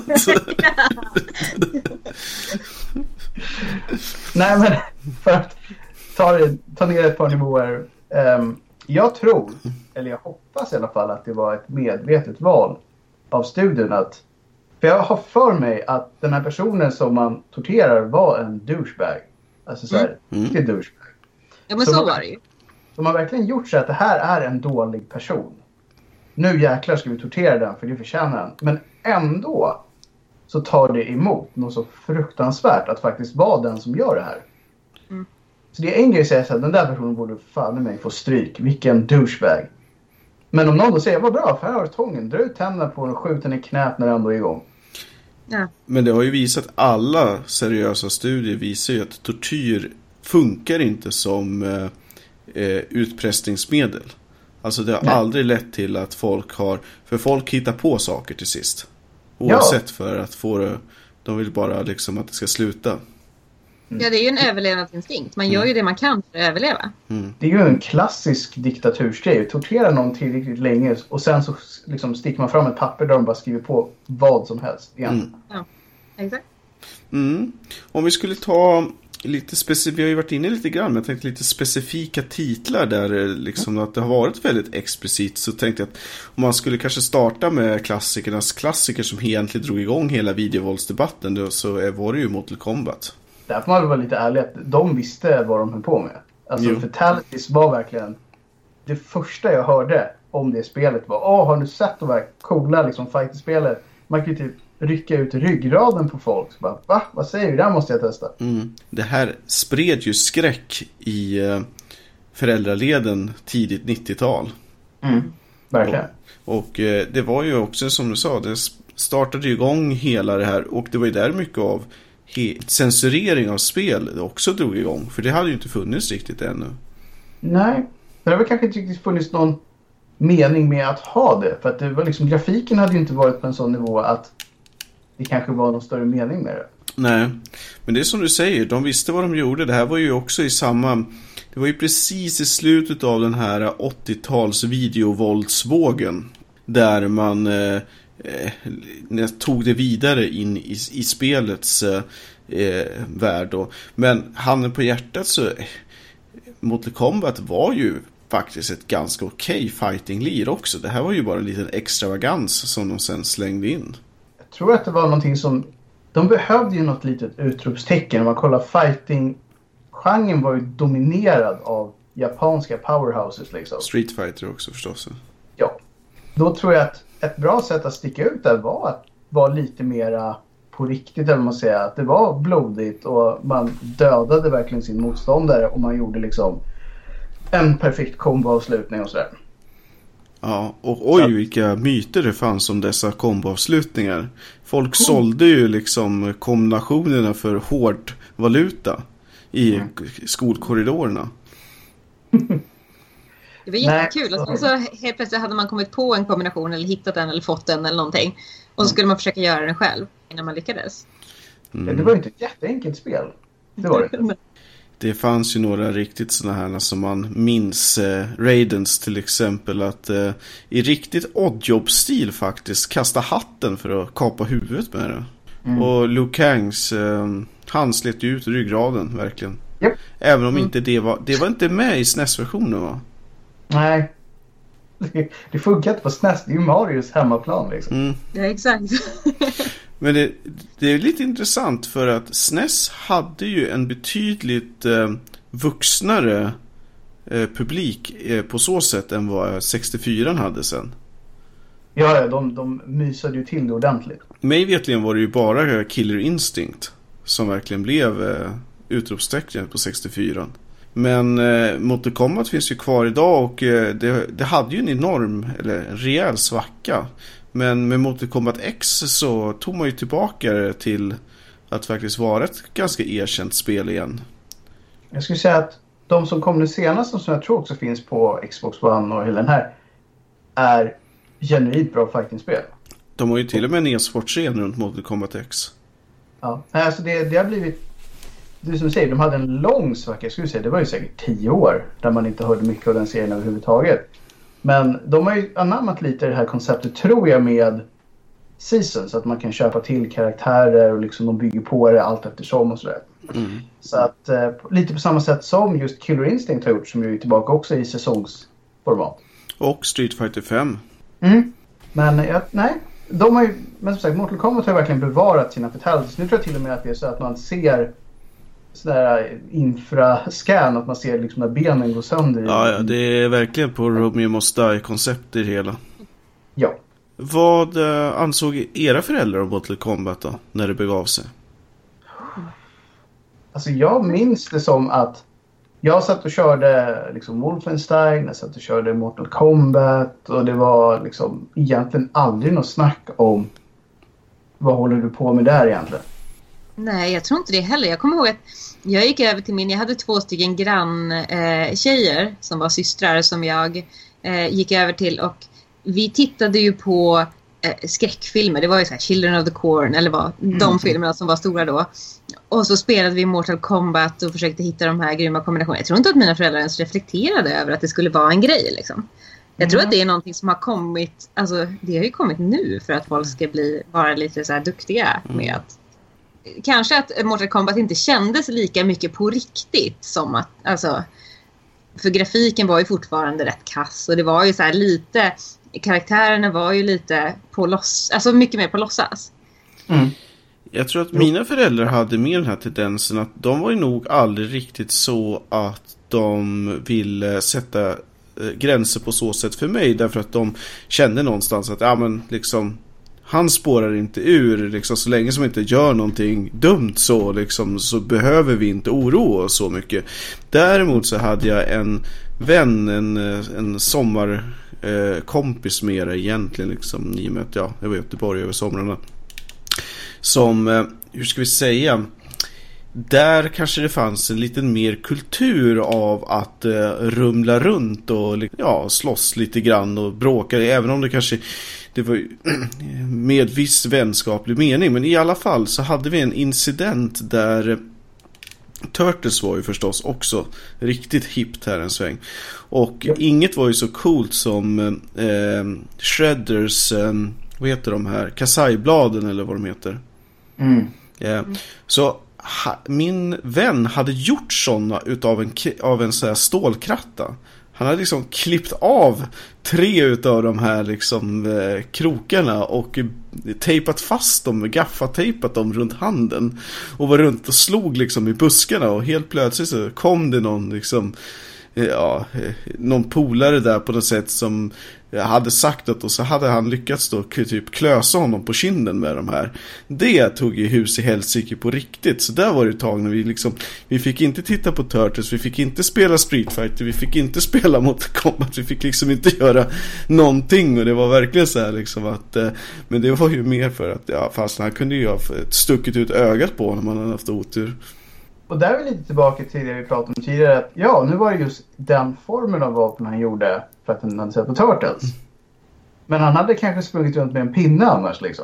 Nej, men för att ta, ta ner ett par nivåer. Um, jag tror, eller jag hoppas i alla fall, att det var ett medvetet val av studien. Att, för jag har för mig att den här personen som man torterar var en douchebag. Alltså såhär, mm. inte douchebag. Ja, men så, så var det ju. De har verkligen gjort så att det här är en dålig person. Nu jäklar ska vi tortera den, för det förtjänar den. Men ändå så tar det emot något så fruktansvärt att faktiskt vara den som gör det här. Mm. Så det är en grej att säga så att den där personen borde fan i mig få stryk. Vilken douchebag. Men om någon då säger, vad bra, för här har du tången. Dra ut tänderna på den och skjut den i knät när den ändå är igång. Ja. Men det har ju visat, alla seriösa studier visar ju att tortyr funkar inte som eh, eh, utpressningsmedel. Alltså det har Nej. aldrig lett till att folk har, för folk hittar på saker till sist. Oavsett ja. för att få det, de vill bara liksom att det ska sluta. Ja, det är ju en överlevnadsinstinkt. Man gör ju det man kan för att överleva. Mm. Det är ju en klassisk diktatursgrej. Tortera någon tillräckligt länge och sen så liksom sticker man fram ett papper där de bara skriver på vad som helst igen. Mm. Ja, exakt. Mm. Om vi skulle ta lite specif- vi har ju varit inne lite grann, men jag tänkte lite specifika titlar där liksom att det har varit väldigt explicit, så tänkte jag att om man skulle kanske starta med klassikernas klassiker som egentligen drog igång hela videovåldsdebatten, då, så var det ju Mortal Kombat. Där får man vara lite ärlig att de visste vad de höll på med. Alltså jo. Fatalities var verkligen det första jag hörde om det spelet var, åh, har du sett de här coola liksom fighter-spelet? Man kan ju typ rycka ut ryggraden på folk. Så bara, va? Vad säger du? Det här måste jag testa. Mm. Det här spred ju skräck i uh, föräldraleden tidigt nittiotal. Mm. Verkligen. Och, och uh, det var ju också, som du sa, det startade ju igång hela det här. Och det var ju där mycket av he- censurering av spel det också drog igång. För det hade ju inte funnits riktigt ännu. Nej, det har väl kanske inte riktigt funnits någon mening med att ha det. För att det var liksom, grafiken hade ju inte varit på en sån nivå att det kanske var någon större mening med det. Nej, men det är som du säger, de visste vad de gjorde. Det här var ju också i samma, det var ju precis i slutet av den här åttio-tals videovåldsvågen där man eh, eh, tog det vidare in i, i spelets eh, värld då. Men handen på hjärtat, så eh, Mortal Kombat var ju faktiskt ett ganska okej fighting-lir också. Det här var ju bara en liten extravagans som de sen slängde in. Jag tror att det var någonting som... De behövde ju något litet utropstecken. Om man kollar fighting-genren var ju dominerad av japanska powerhouses liksom. Street Fighter också förstås. Ja. Då tror jag att ett bra sätt att sticka ut där var att vara lite mera på riktigt, eller man säger. Att det var blodigt och man dödade verkligen sin motståndare och man gjorde liksom en perfekt komboavslutning och sådär. Ja, och oj vilka myter det fanns om dessa komboavslutningar. Folk cool. sålde ju liksom kombinationerna för hård valuta i mm. skolkorridorerna. Det var jättekul. Och så helt plötsligt hade man kommit på en kombination eller hittat den eller fått den eller någonting. Och så skulle man försöka göra den själv innan man lyckades. Mm. Ja, det var ju inte ett jätteenkelt spel. Det var det inte. Det fanns ju några riktigt såna här som man minns, eh, Raidens till exempel, att eh, i riktigt oddjob-stil faktiskt kasta hatten för att kapa huvudet med det. Mm. Och Liu Kangs, eh, han slet ju ut ryggraden verkligen. Yep. Även om mm. inte det var, det var inte med i S N E S-versionen va? Nej. Det, det funkar inte på S N E S, det är ju Marios hemmaplan liksom. Mm. Ja, exakt. Men det, det är lite intressant för att S N E S hade ju en betydligt eh, vuxnare eh, publik eh, på så sätt än vad sextiofyra hade sen. Ja, de, de mysade ju till det ordentligt. Mig vetligen var det ju bara Killer Instinct som verkligen blev eh, utropstecknet på sextiofyra. Men eh, Mortal Kombat finns ju kvar idag och eh, det, det hade ju en enorm, eller en rejäl svacka. Men med Mortal Kombat X så tog man ju tillbaka det till att faktiskt vara ett ganska erkänt spel igen. Jag skulle säga att de som kom nu senast, som jag tror också finns på Xbox One och hela den här, är genuint bra fighting-spel. De har ju till och med en e-sportscen runt Mortal Kombat X. Ja, alltså det, det har blivit... Du som säger, de hade en lång svacka, jag skulle säga, det var ju säkert tio år där man inte hörde mycket av den serien överhuvudtaget. Men de har ju anammat lite det här konceptet, tror jag, med Seasons. Att man kan köpa till karaktärer och liksom de bygger på det allt eftersom och sådär. Mm. Så att eh, lite på samma sätt som just Killer Instinct har gjort, som är tillbaka också i säsongsformat. Och Street Fighter fem. Mm. Men ja, nej, de har ju, men som sagt, Mortal Kombat har verkligen bevarat sina fatalities. Nu tror jag till och med att det är så att man ser sådär infrascan, att man ser liksom när benen går sönder. Ja, ja, det är verkligen på Romeo Must Die-koncept i hela. Ja. Vad eh, ansåg era föräldrar om Mortal Kombat då, när det begav sig? Alltså jag minns det som att jag satt och körde liksom Wolfenstein, jag satt och körde Mortal Kombat och det var liksom egentligen aldrig något snack om vad håller du på med där egentligen. Nej, jag tror inte det heller. Jag kommer ihåg att jag gick över till min, jag hade två stycken grann eh, tjejer som var systrar som jag eh, gick över till, och vi tittade ju på eh, skräckfilmer. Det var ju så här Children of the Corn eller vad, mm. de filmerna som var stora då. Och så spelade vi Mortal Kombat och försökte hitta de här grymma kombinationerna. Jag tror inte att mina föräldrar ens reflekterade över att det skulle vara en grej liksom. Jag tror mm. att det är någonting som har kommit, alltså det har ju kommit nu för att folk ska bli, vara lite så här duktiga med att kanske att Mortal Kombat inte kändes lika mycket på riktigt som att, alltså, för grafiken var ju fortfarande rätt kass och det var ju så här lite, karaktärerna var ju lite på loss, alltså mycket mer på låtsas. Mm. Jag tror att mina föräldrar hade med den här tendensen att de var ju nog aldrig riktigt så att de ville sätta eh, gränser på så sätt för mig, därför att de kände någonstans att ja, men liksom han spårar inte ur liksom, så länge som inte gör någonting dumt så, liksom, så behöver vi inte oroa oss så mycket. Däremot så hade jag en vän, en, en sommarkompis eh, med det egentligen liksom, i och med att ja, jag var i Göteborg över somrarna, som, eh, hur ska vi säga, där kanske det fanns en liten mer kultur av att eh, rumla runt och ja, slåss lite grann och bråka, även om det kanske det var med viss vänskaplig mening, men i alla fall så hade vi en incident där Turtles var ju förstås också riktigt hippt här en sväng, och ja. Inget var ju så coolt som eh, Shredders, eh, vad heter de här, Kasai-bladen eller vad de heter. Mm. Eh, mm. Så ha, min vän hade gjort sådana utav en, av en så här stålkratta. Han hade liksom klippt av tre utav de här liksom eh, krokarna och eh, tejpat fast dem, gaffatejpat dem runt handen och var runt och slog liksom i buskarna, och helt plötsligt så kom det någon liksom eh, ja, eh, någon polare där på något sätt som hade sagt att, och så hade han lyckats då typ klösa honom på kinden med de här. Det tog ju hus i helsike på riktigt. Så där var det ett tag när vi liksom, vi fick inte titta på Turtles, vi fick inte spela Street Fighter, vi fick inte spela Mortal Kombat, vi fick liksom inte göra någonting, och det var verkligen så här liksom att, men det var ju mer för att ja, fast han kunde ju ha stuckit ut ögat på när man hade haft otur. Och där är vi lite tillbaka till det vi pratade om tidigare, att ja, nu var det just den formen av vapen han gjorde för att han hade sett på Turtles. Men han hade kanske sprungit runt med en pinne annars liksom.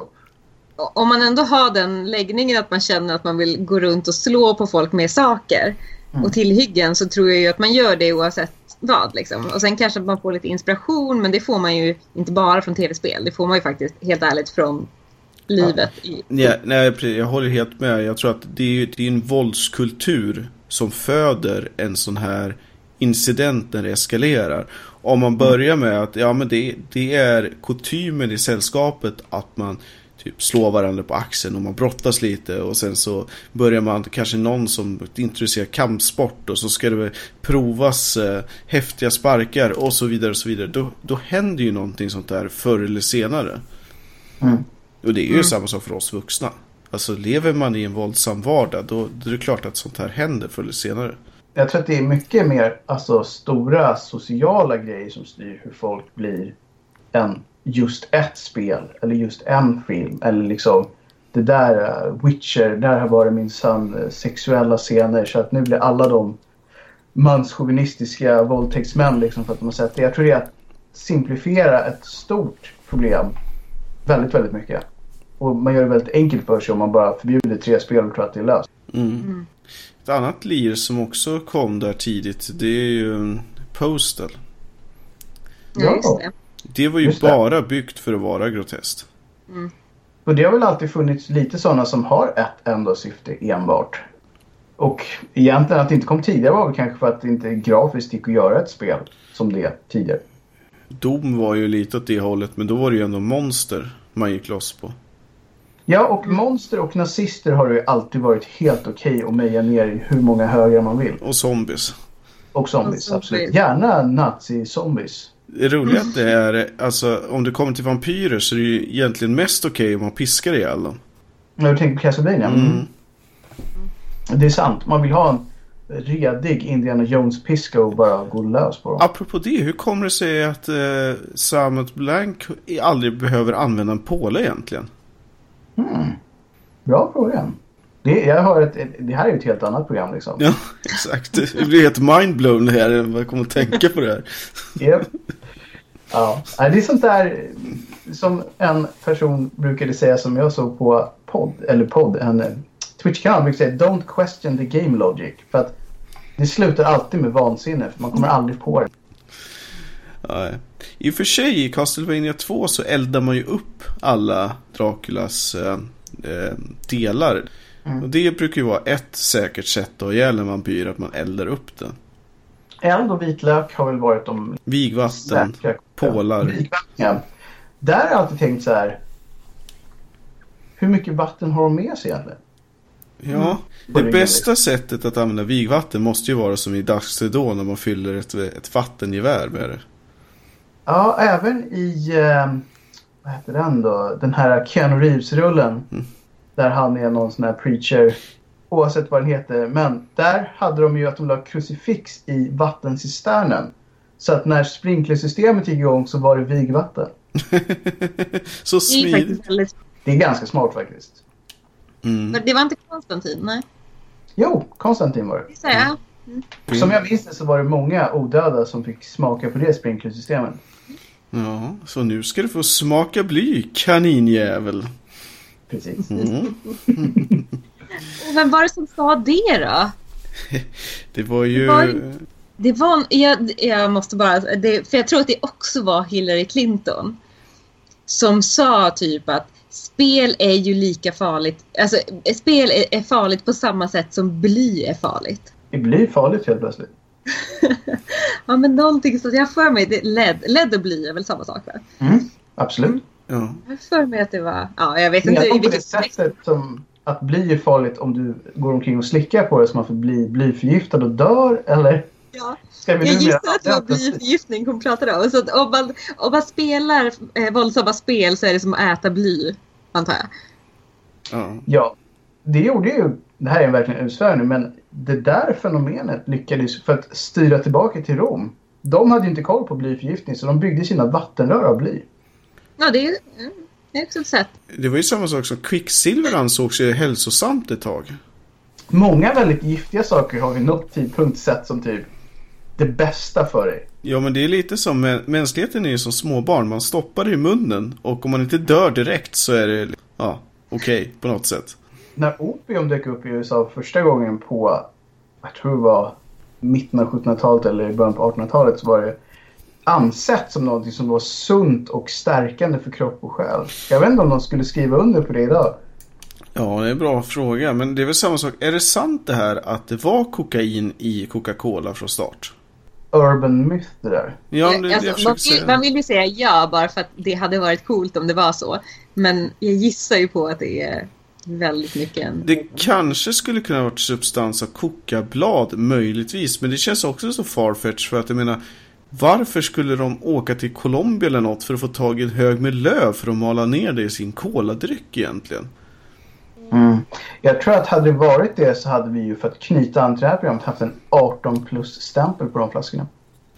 Om man ändå har den läggningen att man känner att man vill gå runt och slå på folk med saker mm. och tillhyggen, så tror jag ju att man gör det oavsett vad liksom. Och sen kanske man får lite inspiration, men det får man ju inte bara från tv-spel. Det får man ju faktiskt helt ärligt från livet. Ja. I... Ja, nej, jag håller helt med. Jag tror att det är, det är en våldskultur som föder en sån här incident när det eskalerar. Om man börjar med att ja, men det, det är kutymen i sällskapet att man typ slår varandra på axeln och man brottas lite, och sen så börjar man kanske någon som intresserar kampsport, och så ska det provas eh, häftiga sparkar och så vidare och så vidare. Då, då händer ju någonting sånt där förr eller senare. Mm. Och det är ju mm. samma sak för oss vuxna. Alltså lever man i en våldsam vardag, då, då är det klart att sånt här händer förr eller senare. Jag tror att det är mycket mer alltså, stora sociala grejer som styr hur folk blir än just ett spel eller just en film. Eller liksom det där uh, Witcher, där har varit minsann uh, sexuella scener, så att nu blir alla de manschauvinistiska våldtäktsmän liksom, för att de har sett det. Jag tror det är att simplifiera ett stort problem väldigt, väldigt mycket. Och man gör det väldigt enkelt för sig om man bara förbjuder tre spel och tror att det är löst. Mm. Mm. Ett annat lir som också kom där tidigt, det är ju Postal. Ja, just det. Det var ju bara byggt för att vara groteskt. Mm. Och det har väl alltid funnits lite sådana som har ett enda syfte enbart. Och egentligen att det inte kom tidigare var väl kanske för att det inte grafiskt gick att göra ett spel som det tidigare. Dom var ju lite åt det hållet, men då var det ju ändå monster man gick loss på. Ja, och monster och nazister har det ju alltid varit helt okej att meja ner i hur många högar man vill. Och zombies. Och zombies, absolut. Gärna nazi-zombies. Det roliga att det är, alltså om det kommer till vampyrer så är det ju egentligen mest okej om man piskar ihjäl dem. Jag tänker på Castlevania. Mm. Det är sant, man vill ha en redig Indiana Jones-piska och bara gå lös på dem. Apropå det, hur kommer det sig att eh, Samus Blank aldrig behöver använda en påle egentligen? Mm. Bra fråga. Det, jag har ett, det här är ju ett helt annat program liksom. Ja, exakt. Det blir helt mindblown här. Jag kommer att tänka på det här. Yep. Ja, det är sånt där som en person brukade säga som jag såg på podd, eller podd, en Twitch-kanal brukar säga don't question the game logic. För att det slutar alltid med vansinne, för man kommer aldrig på det. Ja, i och för sig i Castlevania två så eldar man ju upp alla Draculas eh, delar. Mm. Och det brukar ju vara ett säkert sätt att ha ihjäl en vampyr, att man eldar upp den. Eld och vitlök har väl varit de vigvatten, säkra, pålar. Vigvatten, ja. Där har jag alltid tänkt så här. Hur mycket vatten har de med sig egentligen? Ja, det mm. bästa sättet att använda vigvatten måste ju vara som i Dagsredå när man fyller ett, ett vattengevär med det. Ja, även i eh, vad heter den då? Den här Keanu Reeves-rullen. Mm. Där han är någon sån här preacher. Oavsett vad den heter. Men där hade de ju att de la krucifix i vattencisternen. Så att när sprinklersystemet gick igång så var det vigvatten. Så smidigt. Det är ganska smart faktiskt. Mm. Men det var inte Konstantin, nej? Jo, Konstantin var det. Det säger jag. Mm. Som jag minns det så var det många odöda som fick smaka på det sprinklersystemet. Ja, så nu ska du få smaka bly, kaninjävel. Precis. Mm. Och vem var det som sa det då? Det var ju... Det var, det var jag, jag måste bara... Det, för jag tror att det också var Hillary Clinton som sa typ att spel är ju lika farligt. Alltså, spel är, är farligt på samma sätt som bly är farligt. Det blir farligt helt plötsligt. Ja, men någonting så jag för mig det led, led och bly är väl samma sak, va? Mm, absolut. Mm. Ja. Jag för mig att det var... Ja, jag vet men inte jag i vilket sättet som att bly är farligt om du går omkring och slickar på det så man får bli blyförgiftad och dör, eller? Ja, ska vi jag gissar att det var blyförgiftning hon pratade om. Så att om man, om man spelar eh, våldsamma spel så är det som att äta bly, antar jag. Ja. Ja, det gjorde ju... Det här är verkligen utsvärning, men det där fenomenet lyckades för att styra tillbaka till Rom. De hade ju inte koll på blyförgiftning så de byggde sina vattenrör av bly. Ja, det är ju det är också ett sätt. Det var ju samma sak som kvicksilver ansågs ju hälsosamt ett tag. Många väldigt giftiga saker har vi något tidpunkt sett som typ det bästa för dig. Ja, men det är lite som mänskligheten är ju som småbarn. Man stoppar det i munnen och om man inte dör direkt så är det ja, okej okay, på något sätt. När opium dök upp i U S A första gången på, jag tror det var mitten av sjuttonhundratalet eller i början på artonhundratalet, så var det ansett som något som var sunt och stärkande för kropp och själ. Jag vet inte om de skulle skriva under på det idag. Ja, det är en bra fråga. Men det är väl samma sak. Är det sant det här att det var kokain i Coca-Cola från start? Urban myth det där. Ja, det, alltså, man, vill, man vill ju säga ja bara för att det hade varit coolt om det var så. Men jag gissar ju på att det är väldigt mycket en... Det kanske skulle kunna vara substans av kokablad möjligtvis, men det känns också så farfetch för att jag menar, varför skulle de åka till Colombia eller något för att få tag i en hög med löv för att mala ner det i sin koladryck egentligen? Mm. Jag tror att hade det varit det så hade vi ju för att knyta an till det här programmet haft en arton plus stämpel på de flaskorna.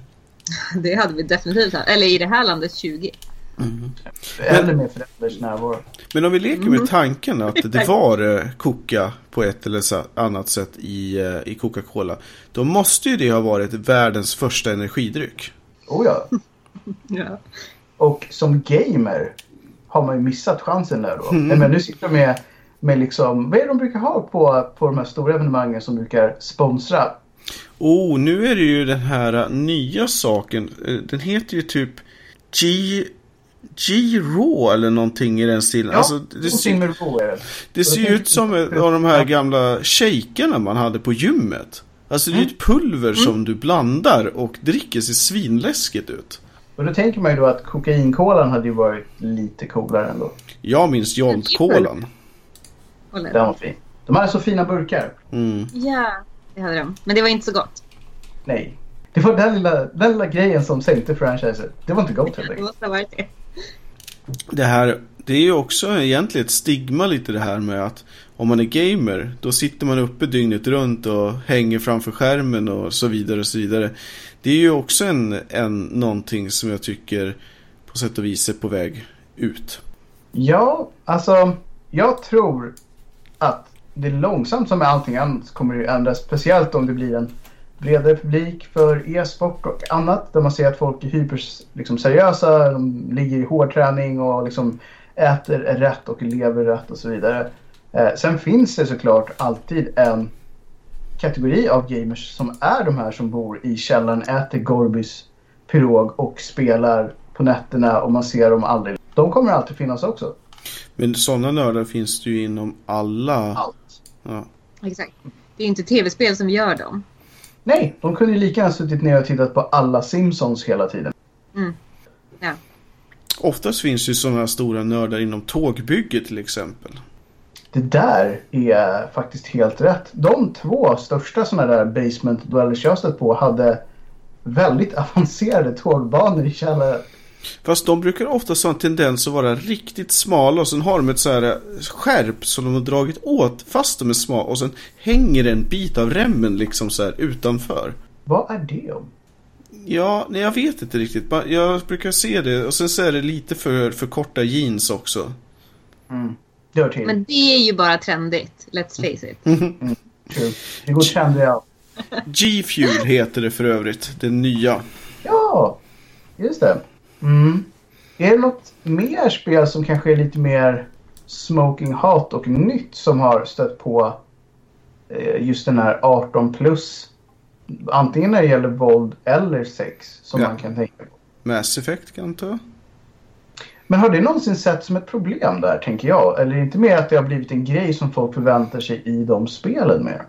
Det hade vi definitivt haft. Eller i det här landet tjugo. Mm. Eller med föräldrars närvaro. Men om vi leker med tanken att det var eh, koka på ett eller annat sätt i, eh, i Coca-Cola, då måste ju det ha varit världens första energidryck. Oh ja. Ja. Och som gamer har man ju missat chansen där då. Mm. Men nu sitter de med, med liksom, vad är det de brukar ha på, på de här stora evenemangen som brukar sponsra? Oh, nu är det ju den här nya saken. Den heter ju typ G... G-Raw eller någonting i den stilen. Ja, alltså, det ser, med Raw är det. det ser ut som av de här gamla shakerna man hade på gymmet. Alltså mm. det är ett pulver mm. som du blandar och dricker, ser svinläskigt ut. Och då tänker man ju då att kokainkolan hade ju varit lite coolare ändå. Jag minns Jolt-kolan. Den var fin. De hade så fina burkar. Mm. Ja, det hade de. Men det var inte så gott. Nej. Det var den lilla, den lilla grejen som sänkte franchiset. Det var inte gott helt enkelt. Det måste ha varit det. Det här, det är ju också egentligen ett stigma lite det här med att om man är gamer, då sitter man uppe dygnet runt och hänger framför skärmen och så vidare och så vidare. Det är ju också en, en någonting som jag tycker på sätt och vis är på väg ut. Ja, alltså jag tror att det är långsamt som med allting annat kommer det ändras, speciellt om det blir en bredare publik för e-sport och annat där man ser att folk är hyper liksom, seriösa, de ligger i hård träning och liksom äter rätt och lever rätt och så vidare. Eh, sen finns det såklart alltid en kategori av gamers som är de här som bor i källaren, äter Gorbys pirog och spelar på nätterna och man ser dem aldrig. De kommer alltid finnas också. Men sådana nördar finns det ju inom alla Allt. Ja. Exakt. Det är inte tv-spel som gör dem. Nej, de kunde ju lika gärna suttit ner och tittat på alla Simpsons hela tiden. Mm. Ja. Oftast finns ju sådana stora nördar inom tågbygge till exempel. Det där är faktiskt helt rätt. De två största sådana där basement dwellers jag stött på hade väldigt avancerade tågbanor i källaren. Fast de brukar ofta ha en tendens att vara riktigt smala och sen har de ett så här skärp som de har dragit åt fast de är små och sen hänger en bit av remmen liksom så här utanför. Vad är det om? Ja, nej, jag vet inte riktigt. Jag brukar se det och sen så är det lite för, för korta jeans också. Mm. Det hör till. Men det är ju bara trendigt, let's face it. Mm. True. Det går trendigt av. G-Fuel heter det för övrigt, det nya. Ja, just det. Mm. Är det något mer spel som kanske är lite mer smoking hot och nytt som har stött på eh, just den här arton plus? Antingen när det gäller våld eller sex som Ja. man kan tänka på. Mass Effect kan jag ta. Men har det någonsin sett som ett problem där, tänker jag? Eller är det inte mer att det har blivit en grej som folk förväntar sig i de spelen med?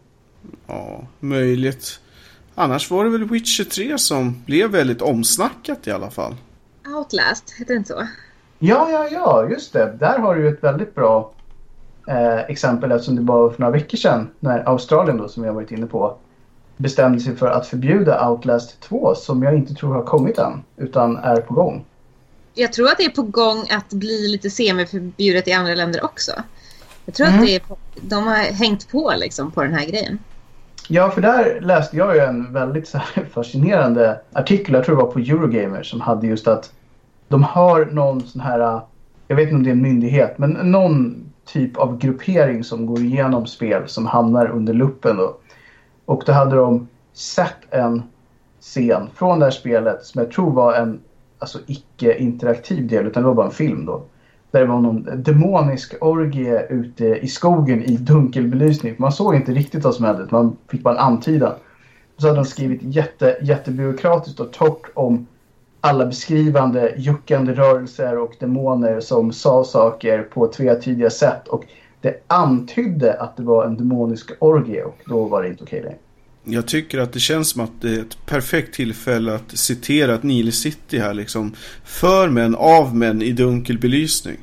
Ja, möjligt. Annars var det väl Witcher tre som blev väldigt omsnackat i alla fall. Outlast, heter det inte så? Ja, ja, ja, just det. Där har du ju ett väldigt bra eh, exempel eftersom det var för några veckor sedan när Australien då, som jag varit inne på, bestämde sig för att förbjuda Outlast två som jag inte tror har kommit än, utan är på gång. Jag tror att det är på gång att bli lite semiförbjudet i andra länder också. Jag tror Mm. att det är på, de har hängt på liksom på den här grejen. Ja, för där läste jag ju en väldigt så här fascinerande artikel, jag tror det var på Eurogamer, som hade just att de har någon sån här, jag vet inte om det är en myndighet, men någon typ av gruppering som går igenom spel som hamnar under luppen då. Och då hade de sett en scen från det här spelet som jag tror var en alltså icke-interaktiv del, utan det var bara en film då. Där det var någon demonisk orgie ute i skogen i dunkelbelysning. Man såg inte riktigt vad som hände, man fick bara en antydan. Så hade de skrivit jätte, jättebyråkratiskt och torrt om alla beskrivande, juckande rörelser och demoner som sa saker på tvetydiga sätt. Och det antydde att det var en demonisk orgie och då var det inte okej längre. Jag tycker att det känns som att det är ett perfekt tillfälle att citera att Nile City här liksom. För män, av män i dunkel belysning.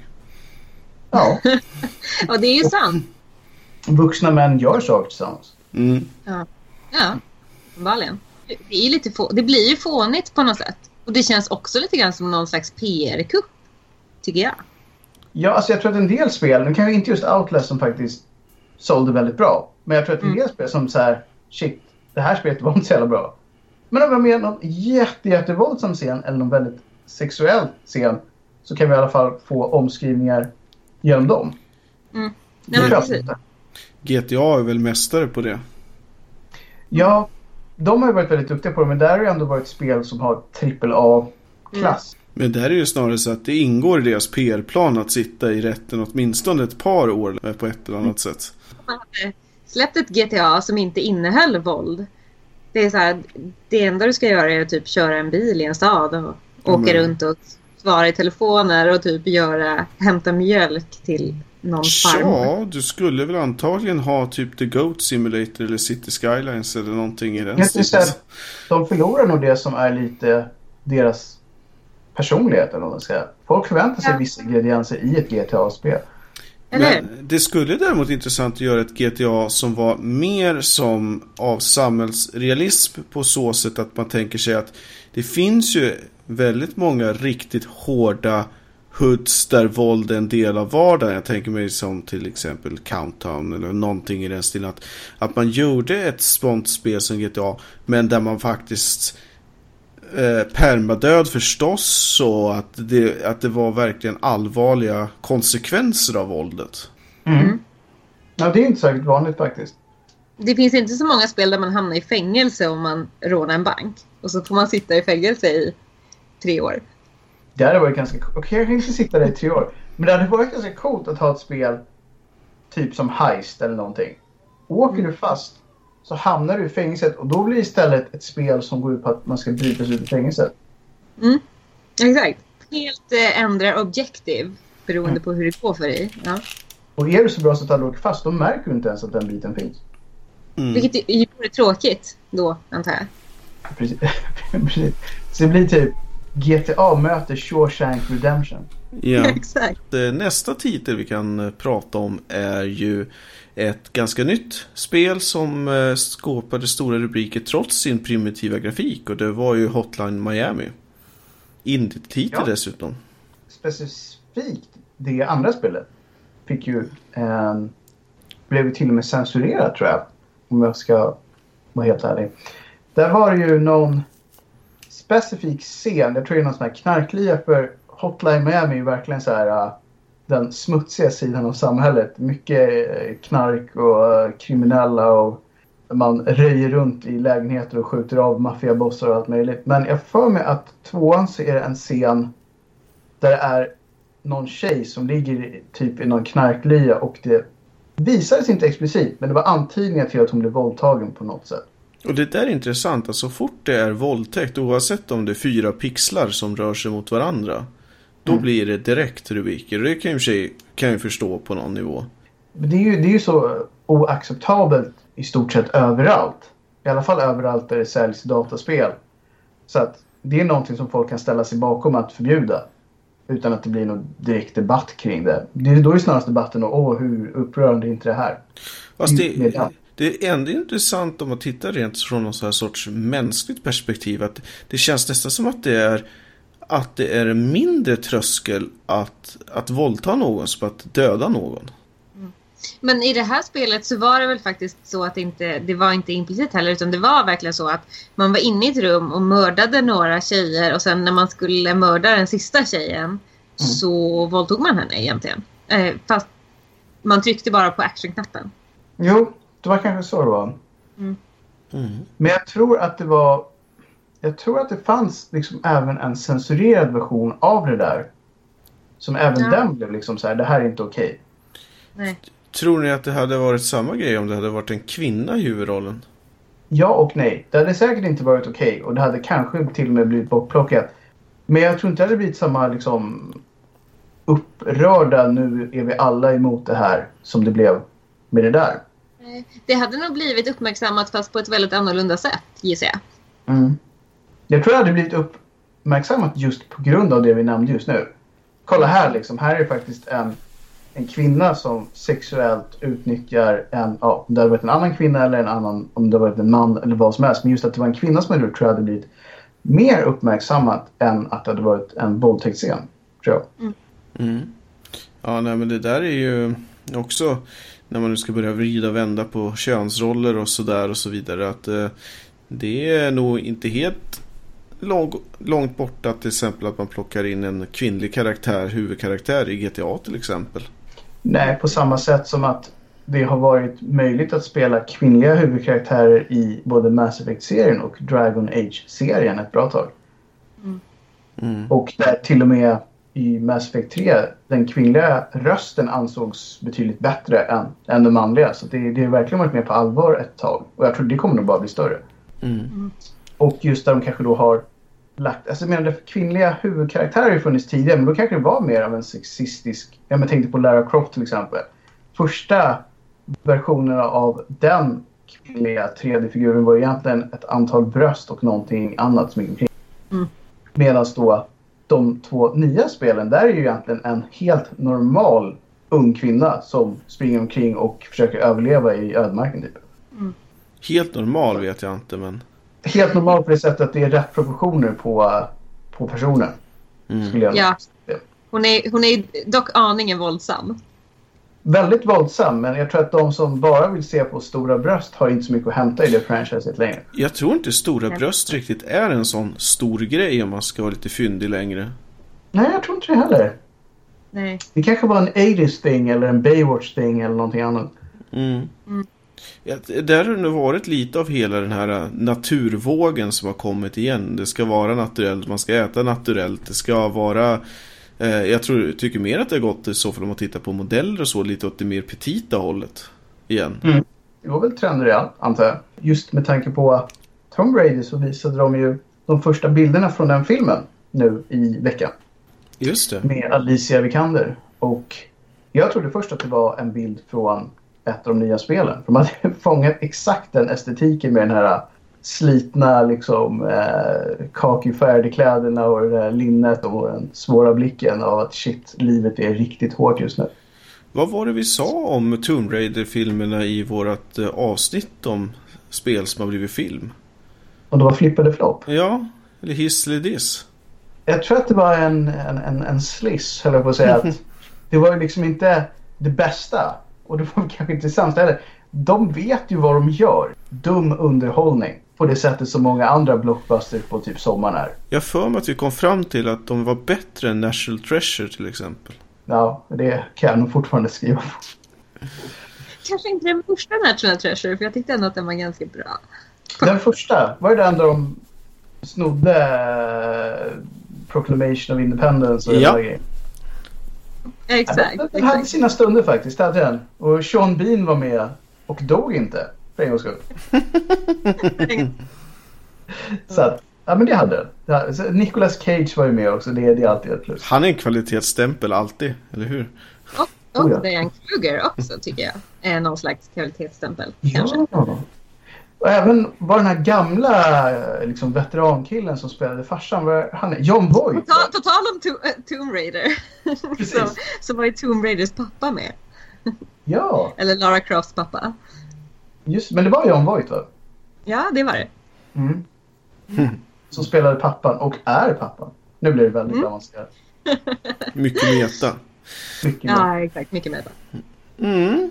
Ja. Och det är ju sant. Vuxna män gör saker tillsammans. Mm. Ja, ja. Valligen. Det, är lite få, det blir ju fånigt på något sätt. Och det känns också lite grann som någon slags P R-kupp, tycker jag. Ja, alltså jag tror att en del spel, nu kan ju inte just Outlast som faktiskt sålde väldigt bra. Men jag tror att en del spel som så här, shit, det här spelet var inte så jävla bra. Men om vi har med någon jätte, jättevåldsam scen eller någon väldigt sexuell scen så kan vi i alla fall få omskrivningar genom dem. Mm. Nej, men precis. G T A är väl mästare på det. Ja, de har ju varit väldigt duktiga på det, men där har ju ändå varit spel som har trippel A-klass. Mm. Men där är ju snarare så att det ingår i deras P R-plan att sitta i rätten åtminstone ett par år på ett eller annat mm. sätt. Man hade släppt ett G T A som inte innehöll våld. Det är så här, det enda du ska göra är att typ köra en bil i en stad och åka mm. runt och svara i telefoner och typ göra, hämta mjölk till någon farm. Ja, du skulle väl antagligen ha typ The Goat Simulator eller City Skylines eller någonting i den jag stilen. De förlorar nog det som är lite deras personlighet eller vad man ska säga. Folk förväntar sig ja. vissa ingredienser i ett G T A-spel. Men det skulle däremot intressant att göra ett G T A som var mer som av samhällsrealism på så sätt att man tänker sig att det finns ju väldigt många riktigt hårda hoods där våld är en del av vardagen. Jag tänker mig som till exempel Countdown eller någonting i den stilen. Att, att man gjorde ett sånt spel som G T A men där man faktiskt eh, permadöd förstås och att det, att det var verkligen allvarliga konsekvenser av våldet. Mm. Mm. Ja, det är inte särskilt vanligt faktiskt. Det finns inte så många spel där man hamnar i fängelse om man rånar en bank. Och så får man sitta i fängelse i tre år. Det hade varit ganska coolt. Okej, jag kan inte sitta där i tre år. Men det hade varit ganska coolt att ha ett spel typ som Heist eller någonting. Åker mm. du fast så hamnar du i fängelset och då blir det istället ett spel som går ut på att man ska bryta sig ut i fängelset. Mm, exakt. Helt äh, ändra objektiv beroende mm. på hur det går för dig. Ja. Och är du så bra så att alla åker fast, då märker du inte ens att den biten finns. Mm. Vilket är ju tråkigt då, antar jag. Precis. Precis. Så det blir typ G T A möter Shawshank Redemption. Ja, exakt. Nästa titel vi kan prata om är ju ett ganska nytt spel som skapade stora rubriker trots sin primitiva grafik. Och det var ju Hotline Miami. Indie-titel ja. Dessutom. Specifikt det andra spelet fick ju eh, blev ju till och med censurerat, tror jag. Om jag ska vara helt ärlig. Där var det ju någon specifik scen. Jag tror det är någon sån här knarklia, för Hotline Miami är ju verkligen så här uh, den smutsiga sidan av samhället. Mycket uh, knark och uh, kriminella, och man röjer runt i lägenheter och skjuter av maffiabossar och allt möjligt. Men jag får mig att tvåan så är det en scen där det är någon tjej som ligger typ i någon knarklia, och det visades inte explicit, men det var antydningar till att hon blev våldtagen på något sätt. Och det där är intressant, att så fort det är våldtäkt, oavsett om det är fyra pixlar som rör sig mot varandra, då mm. blir det direkt rubriker. Det kan ju sig kan ju förstå på någon nivå. Men det är ju, det är ju så oacceptabelt i stort sett överallt. I alla fall överallt där det säljs dataspel. Så att det är någonting som folk kan ställa sig bakom att förbjuda, utan att det blir någon direkt debatt kring det. Det är då ju snarast debatten om åh, hur upprörande är inte det här. Fast det, det är ändå intressant om man tittar rent från någon så här sorts mänskligt perspektiv, att det känns nästan som att det är att det är mindre tröskel att, att våldta någon som att döda någon. Mm. Men i det här spelet så var det väl faktiskt så att det inte, det var inte implicit heller, utan det var verkligen så att man var inne i ett rum och mördade några tjejer, och sen när man skulle mörda den sista tjejen mm. så våldtog man henne egentligen. Eh, fast man tryckte bara på actionknappen. Jo, det var kanske så det var. Mm. Mm. Men jag tror att det var jag tror att det fanns liksom även en censurerad version av det där, som även ja. den blev liksom så här, det här är inte okej. Nej. Tror ni att det hade varit samma grej om det hade varit en kvinna i huvudrollen? Ja och nej. Det hade säkert inte varit okej, och det hade kanske till och med blivit bortplockat. Men jag tror inte att det hade blivit samma liksom upprörda, nu är vi alla emot det här, som det blev med det där. Det hade nog blivit uppmärksammat, fast på ett väldigt annorlunda sätt, gissar jag. Mm. Jag tror det hade blivit uppmärksammat just på grund av det vi nämnde just nu. Kolla här liksom, här är faktiskt en, en kvinna som sexuellt utnyttjar en, ja, om det hade varit en annan kvinna eller en annan, om det hade varit en man eller vad som helst. Men just att det var en kvinna som hade gjort, tror jag hade blivit mer uppmärksammat än att det hade varit en våldtäktsscen, tror jag. Mm. Mm. Ja, nej, men det där är ju också, när man nu ska börja vrida och vända på könsroller och sådär och så vidare, att eh, det är nog inte helt lång, långt borta till exempel att man plockar in en kvinnlig karaktär, huvudkaraktär i G T A till exempel. Nej, på samma sätt som att det har varit möjligt att spela kvinnliga huvudkaraktärer i både Mass Effect-serien och Dragon Age-serien ett bra tag. Mm. Mm. Och där till och med i Mass Effect tre, den kvinnliga rösten ansågs betydligt bättre än, än den manliga. Så det, det har verkligen varit med på allvar ett tag. Och jag tror det kommer nog bara bli större. Mm. Mm. Och just där de kanske då har lagt, alltså jag menar, kvinnliga huvudkaraktärer har ju funnits tidigare, men då kanske det var mer av en sexistisk, jag tänkte på Lara Croft till exempel. Första versionerna av den kvinnliga tre D-figuren var egentligen ett antal bröst och någonting annat som gick omkring. Mm. Medan då de två nya spelen, där är ju egentligen en helt normal ung kvinna som springer omkring och försöker överleva i ödemarken typ. Mm. Helt normal vet jag inte, men helt normal på det sättet att det är rätt proportioner på, på personen. Mm. Skulle jag ja. Hon är, hon är dock aningen våldsam. Väldigt våldsam, men jag tror att de som bara vill se på stora bröst har inte så mycket att hämta i det franchiset längre. Jag tror inte stora bröst riktigt är en sån stor grej om man ska vara lite fyndig längre. Nej, jag tror inte det heller. Nej. Det kanske var en åttio thing eller en Baywatch thing eller någonting annat. Mm. Mm. Ja, där har det varit lite av hela den här naturvågen som har kommit igen. Det ska vara naturellt, man ska äta naturellt, det ska vara eh, jag tror, tycker mer att det är gott i så fall om man tittar på modeller och så, lite åt det mer petita hållet igen. Mm. Det var väl trender i allt, antar jag. Just med tanke på Tomb Raider så visade de ju de första bilderna från den filmen nu i veckan. Just det. Med Alicia Vikander. Och Jag trodde först att det var en bild från ett av de nya spelen. För man hade fångat exakt den estetiken med den här slitna liksom, eh, kakifärgade kläderna och det där linnet och den svåra blicken av att shit, livet är riktigt hårt just nu. Vad var det vi sa om Tomb Raider-filmerna i vårt eh, avsnitt om spel som har blivit film? Och det var flippade flopp. Ja, eller hiss eller diss. Jag tror att det var en, en, en, en sliss, höll jag på att säga. Att det var ju liksom inte det bästa. Och det var kanske inte det sämsta heller. De vet ju vad de gör. Dum underhållning. På det sättet som många andra blockbusters på typ sommaren är. Jag för mig att vi kom fram till att de var bättre än National Treasure till exempel. Ja, det kan jag nog fortfarande skriva på. Kanske inte den första National Treasure, för jag tyckte ändå att den var ganska bra. Den första, var det den där de snodde Proclamation of Independence och ja. grejer? Exakt. Den, den, den hade sina stunder faktiskt, hade den. Och Sean Bean var med och dog inte, för en gångs skull. Så att, ja men det hade den. Nicolas Cage var ju med också, det, det är alltid ett plus. Han är en kvalitetsstämpel alltid, eller hur? Och, och oh, ja. Diane Kruger också tycker jag är någon slags kvalitetsstämpel. Kanske. Ja. Och även var den här gamla liksom, veterankillen som spelade farsan, var han John Voight. Total, total om to, uh, Tomb Raider. så, så var ju Tomb Raiders pappa med. Ja. Eller Lara Crofts pappa. Just, men det var John Voight, va? Ja, det var det. Mm. Mm. Som spelade pappan och är pappan. Nu blir det väldigt mm. avancerat. Mycket meta. Mycket ja, meta. exakt. Mycket meta. Mm.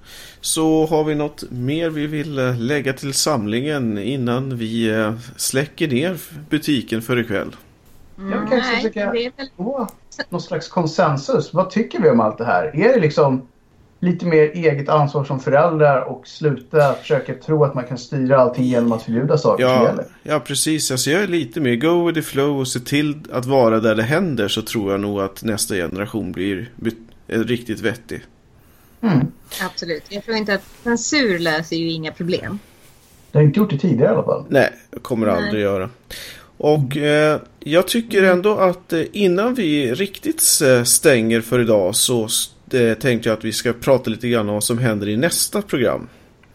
Så har vi något mer vi vill lägga till samlingen innan vi släcker ner butiken för ikväll? Mm, jag vill kanske Nej, försöka väl... få någon slags konsensus. Vad tycker vi om allt det här? Är det liksom lite mer eget ansvar som föräldrar och sluta försöka tro att man kan styra allting genom att förbjuda saker ja, som gäller? Ja, precis. Alltså jag är lite mer go with the flow och se till att vara där det händer, så tror jag nog att nästa generation blir riktigt vettig. Mm. Absolut. Jag tror inte att censur löser ju inga problem. Det har inte gjort det tidigare i alla fall. Nej, det kommer det aldrig göra. Och eh, jag tycker ändå att eh, innan vi riktigt stänger för idag så eh, tänkte jag att vi ska prata lite grann om vad som händer i nästa program.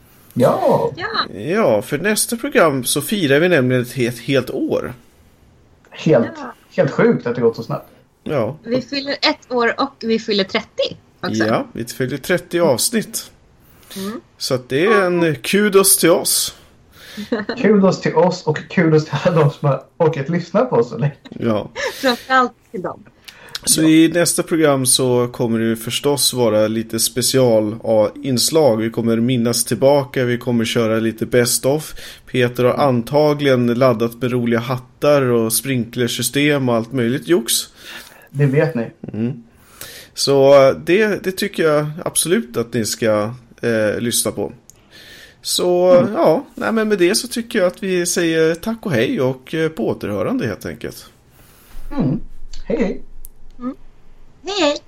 Ja! Ja, ja för nästa program så firar vi nämligen ett helt, helt år. Helt, ja. helt sjukt att det gått så snabbt. Ja. Vi fyller ett år och vi fyller trettio. Också. Ja, vi fyller trettio avsnitt. Mm. Så att det är en kudos till oss. Kudos till oss och kudos till alla de som har orkat lyssna på oss. Eller? Ja. Framförallt till dem. Så i nästa program så kommer det förstås vara lite special inslag. Vi kommer minnas tillbaka, vi kommer köra lite best of. Peter har antagligen laddat med roliga hattar och sprinklersystem och allt möjligt jox. Det vet ni. Mm. Så det, det tycker jag absolut att ni ska eh, lyssna på. Så mm. ja, nej, men med det så tycker jag att vi säger tack och hej och eh, på återhörande helt enkelt. Mm. Hej hej. Mm. Hej hej.